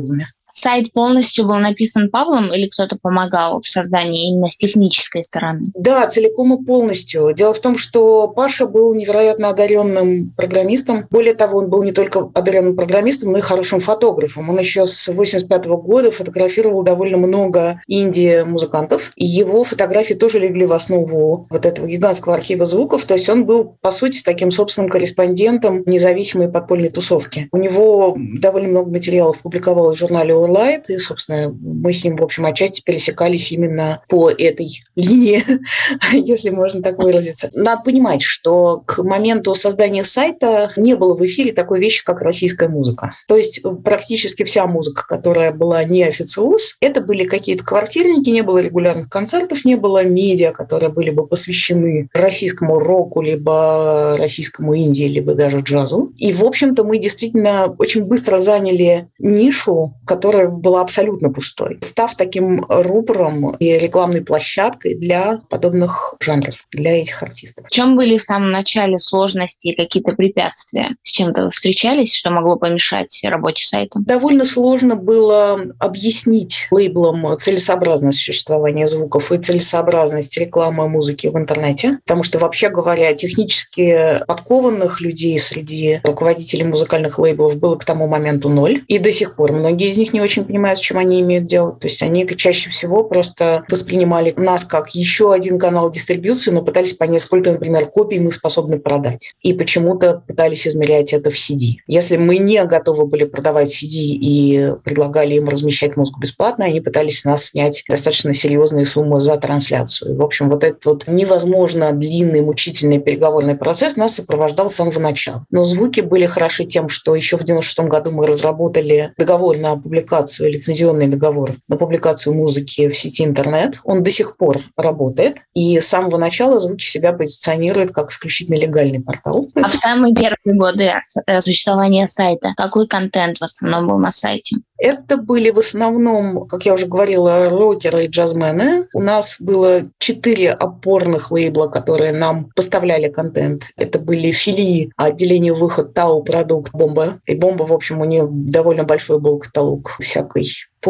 Сайт полностью был написан Павлом или кто-то помогал в создании именно с технической стороны? Да, целиком и полностью. Дело в том, что Паша был невероятно одаренным программистом. Более того, он был не только одаренным программистом, но и хорошим фотографом. Он еще с 1985 года фотографировал довольно много инди-музыкантов. И его фотографии тоже легли в основу вот этого гигантского архива звуков. То есть он был, по сути, таким собственным корреспондентом независимой подпольной тусовки. У него довольно много материалов публиковалось в журнале All Light, и, собственно, мы с ним, в общем, отчасти пересекались именно по этой линии, если можно так выразиться. Надо понимать, что к моменту создания сайта не было в эфире такой вещи, как российская музыка. То есть практически вся музыка, которая была не официоз, это были какие-то квартирники, не было регулярных концертов, не было медиа, которые были бы посвящены российскому року, либо российскому инди, либо даже джазу. И, в общем-то, мы действительно очень быстро заняли нишу, которая была абсолютно пустой, став таким рупором и рекламной площадкой для подобных жанров, для этих артистов. В чем были в самом начале сложности и какие-то препятствия? С чем-то вы встречались, что могло помешать работе сайта? Довольно сложно было объяснить лейблам целесообразность существования звуков и целесообразность рекламы музыки в интернете, потому что, вообще говоря, технически подкованных людей среди руководителей музыкальных лейблов было к тому моменту 0, и до сих пор многие из них не очень понимают, с чем они имеют дело. То есть они чаще всего просто воспринимали нас как еще один канал дистрибьюции, но пытались понять, сколько, например, копий мы способны продать. И почему-то пытались измерять это в CD. Если мы не готовы были продавать CD и предлагали им размещать музыку бесплатно, они пытались с нас снять достаточно серьезные суммы за трансляцию. В общем, вот этот вот невозможно длинный, мучительный переговорный процесс нас сопровождал с самого начала. Но звуки были хороши тем, что еще в 1996 году мы разработали договор на публикацию, лицензионный договор на публикацию музыки в сети интернет. Он до сих пор работает, и с самого начала звуки себя позиционирует как исключительно легальный портал. А в самые первые годы существования сайта какой контент в основном был на сайте? Это были в основном, как я уже говорила, рокеры и джазмены. У нас было 4 опорных лейбла, которые нам поставляли контент. Это были филии отделения выход ТАУ продукт Бомба. И Бомба, в общем, у нее довольно большой был каталог всякой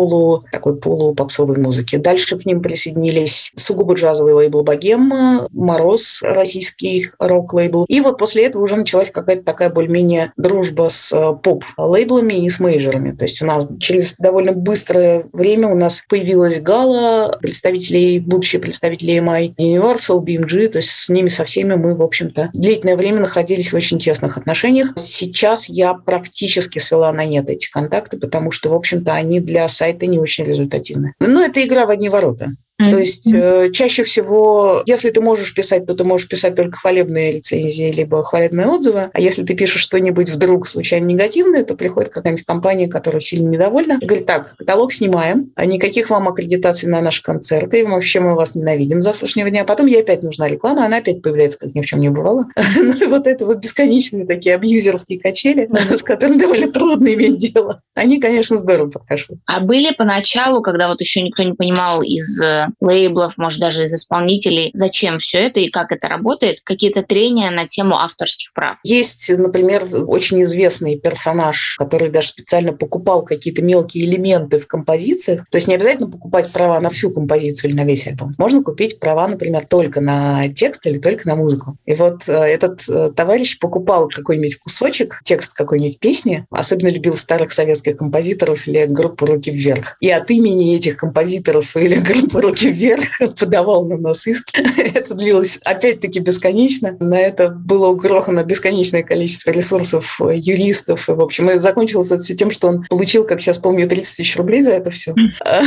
полупопсовой музыки. Дальше к ним присоединились сугубо джазовый лейбл «Богема», «Мороз», российский рок-лейбл. И вот после этого уже началась какая-то такая более-менее дружба с поп-лейблами и с мейджорами. То есть у нас через довольно быстрое время у нас появилась Гала, будущие представители EMI, Universal, BMG. То есть с ними со всеми мы, в общем-то, длительное время находились в очень тесных отношениях. Сейчас я практически свела на нет эти контакты, потому что, в общем-то, они для сайта не очень результативны. Но это игра в одни ворота. То есть чаще всего, если ты можешь писать, то ты можешь писать только хвалебные рецензии либо хвалебные отзывы. А если ты пишешь что-нибудь вдруг случайно негативное, то приходит какая-нибудь компания, которая сильно недовольна, и говорит: так, каталог снимаем, а никаких вам аккредитаций на наши концерты, и вообще мы вас ненавидим с завтрашнего дня. А потом ей опять нужна реклама, она опять появляется, как ни в чем не бывало. Ну и вот это вот бесконечные такие абьюзерские качели, с которыми довольно трудно иметь дело. Они, конечно, здорово подхожут. А были поначалу, когда вот еще никто не понимал из лейблов, может, даже из исполнителей, зачем все это и как это работает, какие-то трения на тему авторских прав? Есть, например, очень известный персонаж, который даже специально покупал какие-то мелкие элементы в композициях. То есть не обязательно покупать права на всю композицию или на весь альбом. Можно купить права, например, только на текст или только на музыку. И вот этот товарищ покупал какой-нибудь кусочек, текст какой-нибудь песни, особенно любил старых советских композиторов или группу «Руки вверх». И от имени этих композиторов или группы «Руки вверх» подавал на нас иски. Это длилось, опять-таки, бесконечно. На это было угрохано бесконечное количество ресурсов, юристов. И, в общем, и закончилось это все тем, что он получил, как сейчас помню, 30 тысяч рублей за это все.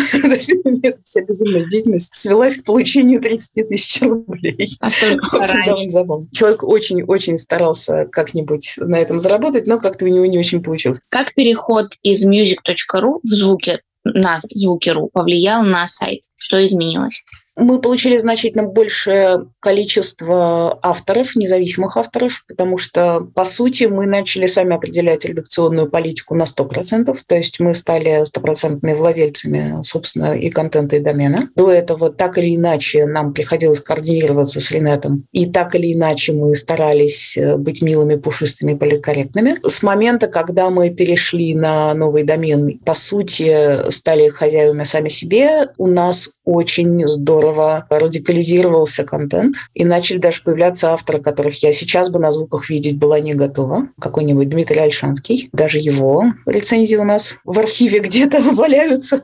Эта вся безумная деятельность свелась к получению 30 тысяч рублей. Довольно забавно. Человек очень-очень старался как-нибудь на этом заработать, но как-то у него не очень получилось. Как переход из music.ru в звуки на Звуки.ру повлиял на сайт? Что изменилось? Мы получили значительно большее количество авторов, независимых авторов, потому что, по сути, мы начали сами определять редакционную политику на 100%, то есть мы стали стопроцентными владельцами, собственно, и контента, и домена. До этого так или иначе нам приходилось координироваться с Ринетом, и так или иначе мы старались быть милыми, пушистыми, политкорректными. С момента, когда мы перешли на новый домен, по сути, стали хозяевами сами себе, у нас очень здорово радикализировался контент, и начали даже появляться авторы, которых я сейчас бы на звуках видеть была не готова. Какой-нибудь Дмитрий Ольшанский. Даже его рецензии у нас в архиве где-то валяются.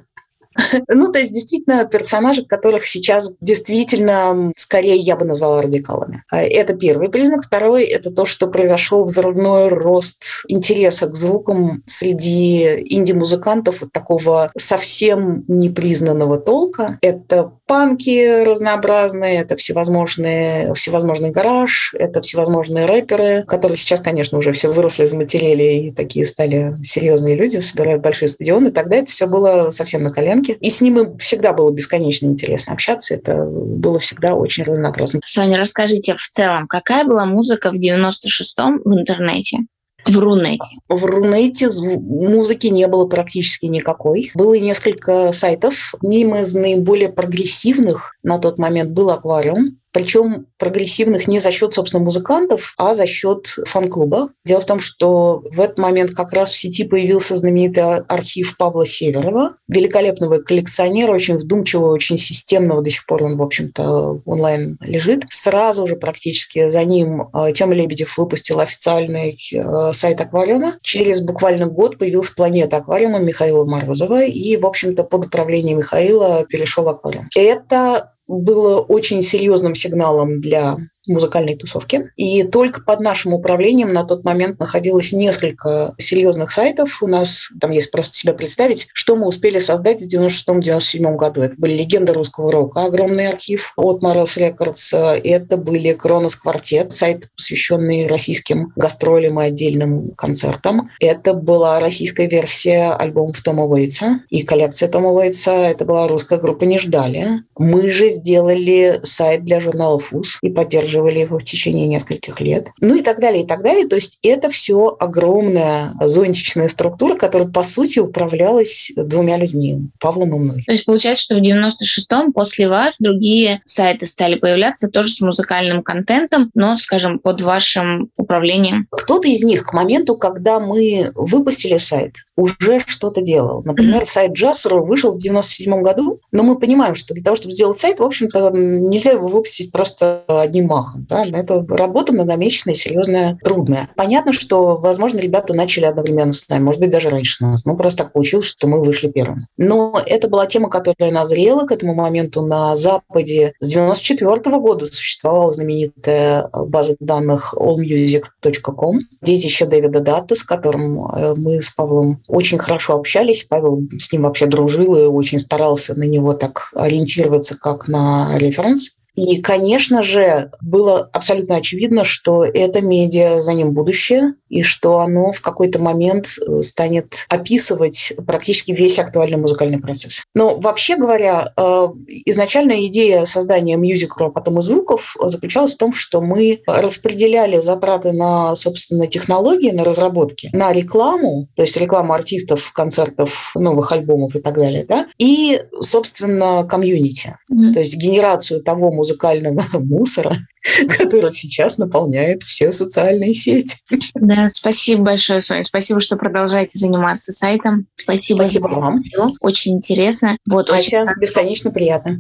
Ну, то есть, действительно, персонажи, которых сейчас действительно, скорее, я бы назвала радикалами. Это первый признак. Второй – это то, что произошел взрывной рост интереса к звукам среди инди-музыкантов такого совсем непризнанного толка. Это панки разнообразные, это всевозможный гараж, это всевозможные рэперы, которые сейчас, конечно, уже все выросли, заматерели и такие стали серьезные люди, собирают большие стадионы. Тогда это все было совсем на коленке. И с ними всегда было бесконечно интересно общаться. Это было всегда очень разнообразно. Соня, расскажите в целом, какая была музыка в 96-м в интернете? В Рунете. В Рунете музыки не было практически никакой. Было несколько сайтов. Одним из наиболее прогрессивных на тот момент был «Аквариум». Причем прогрессивных не за счет, собственно, музыкантов, а за счет фан-клуба. Дело в том, что в этот момент как раз в сети появился знаменитый архив Павла Северова, великолепного коллекционера, очень вдумчивого, очень системного, до сих пор он, в общем-то, онлайн лежит. Сразу же практически за ним Тёма Лебедев выпустил официальный сайт «Аквариума». Через буквально год появилась «Планета Аквариума» Михаила Морозова, и, в общем-то, под управлением Михаила перешел «Аквариум». Это было очень серьезным сигналом для музыкальной тусовки. И только под нашим управлением на тот момент находилось несколько серьезных сайтов. У нас там есть просто себе представить, что мы успели создать в 96-97 году. Это были «Легенды русского рока», огромный архив от Мороз Рекордс. Это были «Кронос Квартет», сайт, посвященный российским гастролям и отдельным концертам. Это была российская версия альбомов Тома Уэйтса и коллекция Тома Уэйтса. Это была русская группа «Не ждали». Мы же сделали сайт для журнала «Фуз» и поддерживали его в течение нескольких лет. Ну и так далее, и так далее. То есть это все огромная зонтичная структура, которая, по сути, управлялась двумя людьми, Павлом и мной. То есть получается, что в 96-м после вас другие сайты стали появляться тоже с музыкальным контентом, но, скажем, под вашим управлением. Кто-то из них к моменту, когда мы выпустили сайт, уже что-то делал. Например, сайт Джассера вышел в 97 году, но мы понимаем, что для того, чтобы сделать сайт, в общем-то, нельзя его выпустить просто одним махом. Да? Это работа многомесячная, серьезная, трудная. Понятно, что, возможно, ребята начали одновременно с нами, может быть, даже раньше нас. Ну, просто так получилось, что мы вышли первыми. Но это была тема, которая назрела к этому моменту на Западе. С 94 года существовала знаменитая база данных allmusic.com, детище Дэвида Датта, с которым мы с Павлом очень хорошо общались. Павел с ним вообще дружил и очень старался на него так ориентироваться, как на референс. И, конечно же, было абсолютно очевидно, что это медиа, за ним будущее, и что оно в какой-то момент станет описывать практически весь актуальный музыкальный процесс. Но вообще говоря, изначальная идея создания мьюзик-ро, потом и звуков, заключалась в том, что мы распределяли затраты на, собственно, технологии, на разработки, на рекламу, то есть рекламу артистов, концертов, новых альбомов и так далее, да, и, собственно, комьюнити, то есть генерацию того музыкального мусора, который сейчас наполняет все социальные сети. Да, спасибо большое, Соня. Спасибо, что продолжаете заниматься сайтом. Спасибо вам. Очень интересно. Вот, Ася, бесконечно приятно.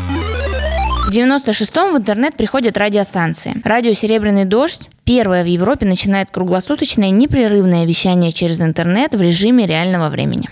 В 96-м в интернет приходят радиостанции. Радио «Серебряный дождь» первое в Европе начинает круглосуточное непрерывное вещание через интернет в режиме реального времени.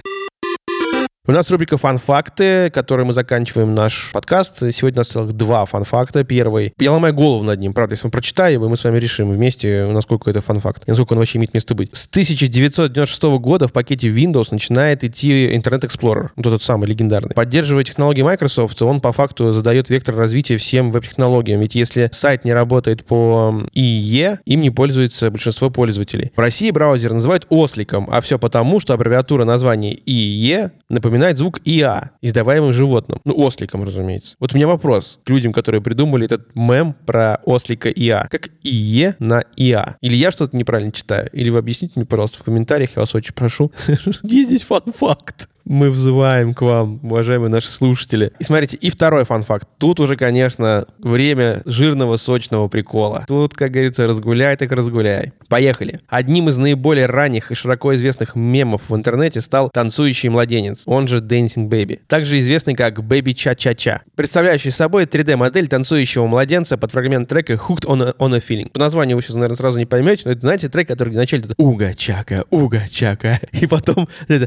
У нас рубрика «Фан-факты», которой мы заканчиваем наш подкаст. Сегодня у нас целых 2 фан-факта. Первый. Я ломаю голову над ним. Правда, если мы прочитаем его, мы с вами решим вместе, насколько это фан-факт, и насколько он вообще имеет место быть. С 1996 года в пакете Windows начинает идти Internet Explorer. Вот тот самый легендарный. Поддерживая технологии Microsoft, он по факту задает вектор развития всем веб-технологиям. Ведь если сайт не работает по IE, им не пользуется большинство пользователей. В России браузер называют осликом, а все потому, что аббревиатура названия IE напоминает звук ИА, издаваемый животным. Ну, осликом, разумеется. Вот у меня вопрос к людям, которые придумали этот мем про ослика ИА. Как ИЕ на ИА? Или я что-то неправильно читаю? Или вы объясните мне, пожалуйста, в комментариях, я вас очень прошу. Есть здесь фан-факт. Мы взываем к вам, уважаемые наши слушатели. И смотрите, и второй фан-факт. Тут уже, конечно, время жирного, сочного прикола. Тут, как говорится, разгуляй так разгуляй. Поехали. Одним из наиболее ранних и широко известных мемов в интернете стал танцующий младенец, он же Dancing Baby, также известный как Baby Cha-Cha-Cha, представляющий собой 3D-модель танцующего младенца под фрагмент трека Hooked on a Feeling. По названию вы сейчас, наверное, сразу не поймете, но это, знаете, трек, который вначале тут уга-чака, и потом это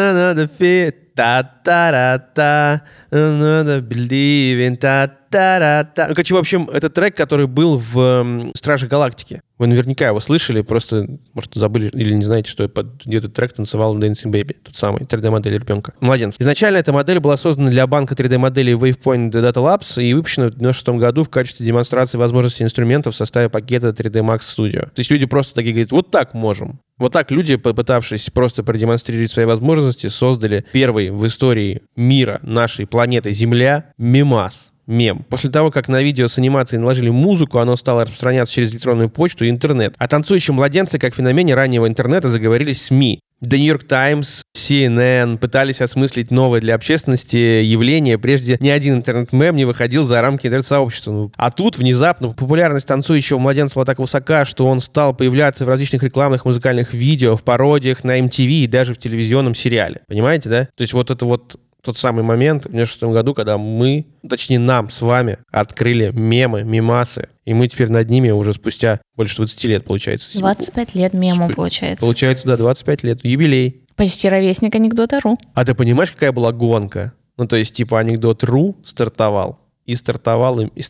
та-та-ра-та, another believing, та-та-ра-та. Ну, короче, в общем, это трек, который был в «Страже Галактики». Вы наверняка его слышали, просто, может, забыли или не знаете, что этот трек танцевал Dancing Baby, тот самый 3D-модель ребенка. Младенец. Изначально эта модель была создана для банка 3D-моделей Wavepoint Data Labs и выпущена в 1996 году в качестве демонстрации возможностей инструментов в составе пакета 3D Max Studio. То есть люди просто такие говорят, вот так можем. Вот так люди, попытавшись просто продемонстрировать свои возможности, создали первый в истории мира, нашей планеты Земля, мемас. Мем. После того, как на видео с анимацией наложили музыку, оно стало распространяться через электронную почту и интернет. О танцующем младенце, как феномене раннего интернета, заговорили СМИ. The New York Times, CNN пытались осмыслить новое для общественности явление. Прежде ни один интернет-мем не выходил за рамки интернет-сообщества. А тут внезапно популярность танцующего младенца была так высока, что он стал появляться в различных рекламных музыкальных видео, в пародиях на MTV и даже в телевизионном сериале. Понимаете, да? То есть вот это вот тот самый момент в 1996 году, когда мы, точнее нам с вами, открыли мемы, мемасы, и мы теперь над ними уже спустя больше 20 лет, получается. 25 лет мему, получается. Получается, да, 25 лет. Юбилей. Почти ровесник анекдота.ру. А ты понимаешь, какая была гонка? Ну, то есть, типа, анекдот.ру стартовал. И стартовал мемы.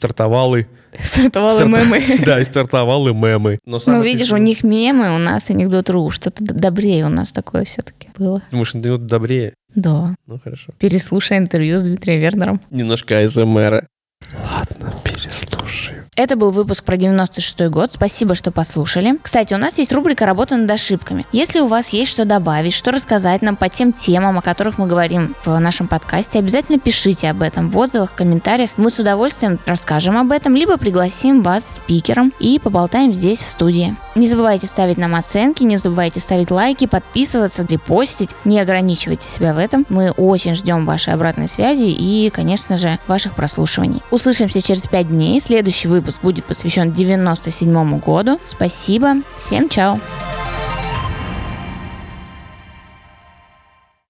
Да, и стартовал и мемы. Ну, видишь, у них мемы, у нас анекдот.ру. Что-то добрее у нас такое все-таки было. Думаешь, анекдот добрее? Да. Ну, хорошо. Переслушай интервью с Дмитрием Вернером. Немножко АСМР. Ладно, переслушаю. Это был выпуск про 96-й год. Спасибо, что послушали. Кстати, у нас есть рубрика «Работа над ошибками». Если у вас есть что добавить, что рассказать нам по тем темам, о которых мы говорим в нашем подкасте, обязательно пишите об этом в отзывах, в комментариях. Мы с удовольствием расскажем об этом, либо пригласим вас спикером и поболтаем здесь, в студии. Не забывайте ставить нам оценки, не забывайте ставить лайки, подписываться, репостить. Не ограничивайте себя в этом. Мы очень ждем вашей обратной связи и, конечно же, ваших прослушиваний. Услышимся через 5 дней. Следующий выпуск будет посвящен 97-му году. Спасибо. Всем чао.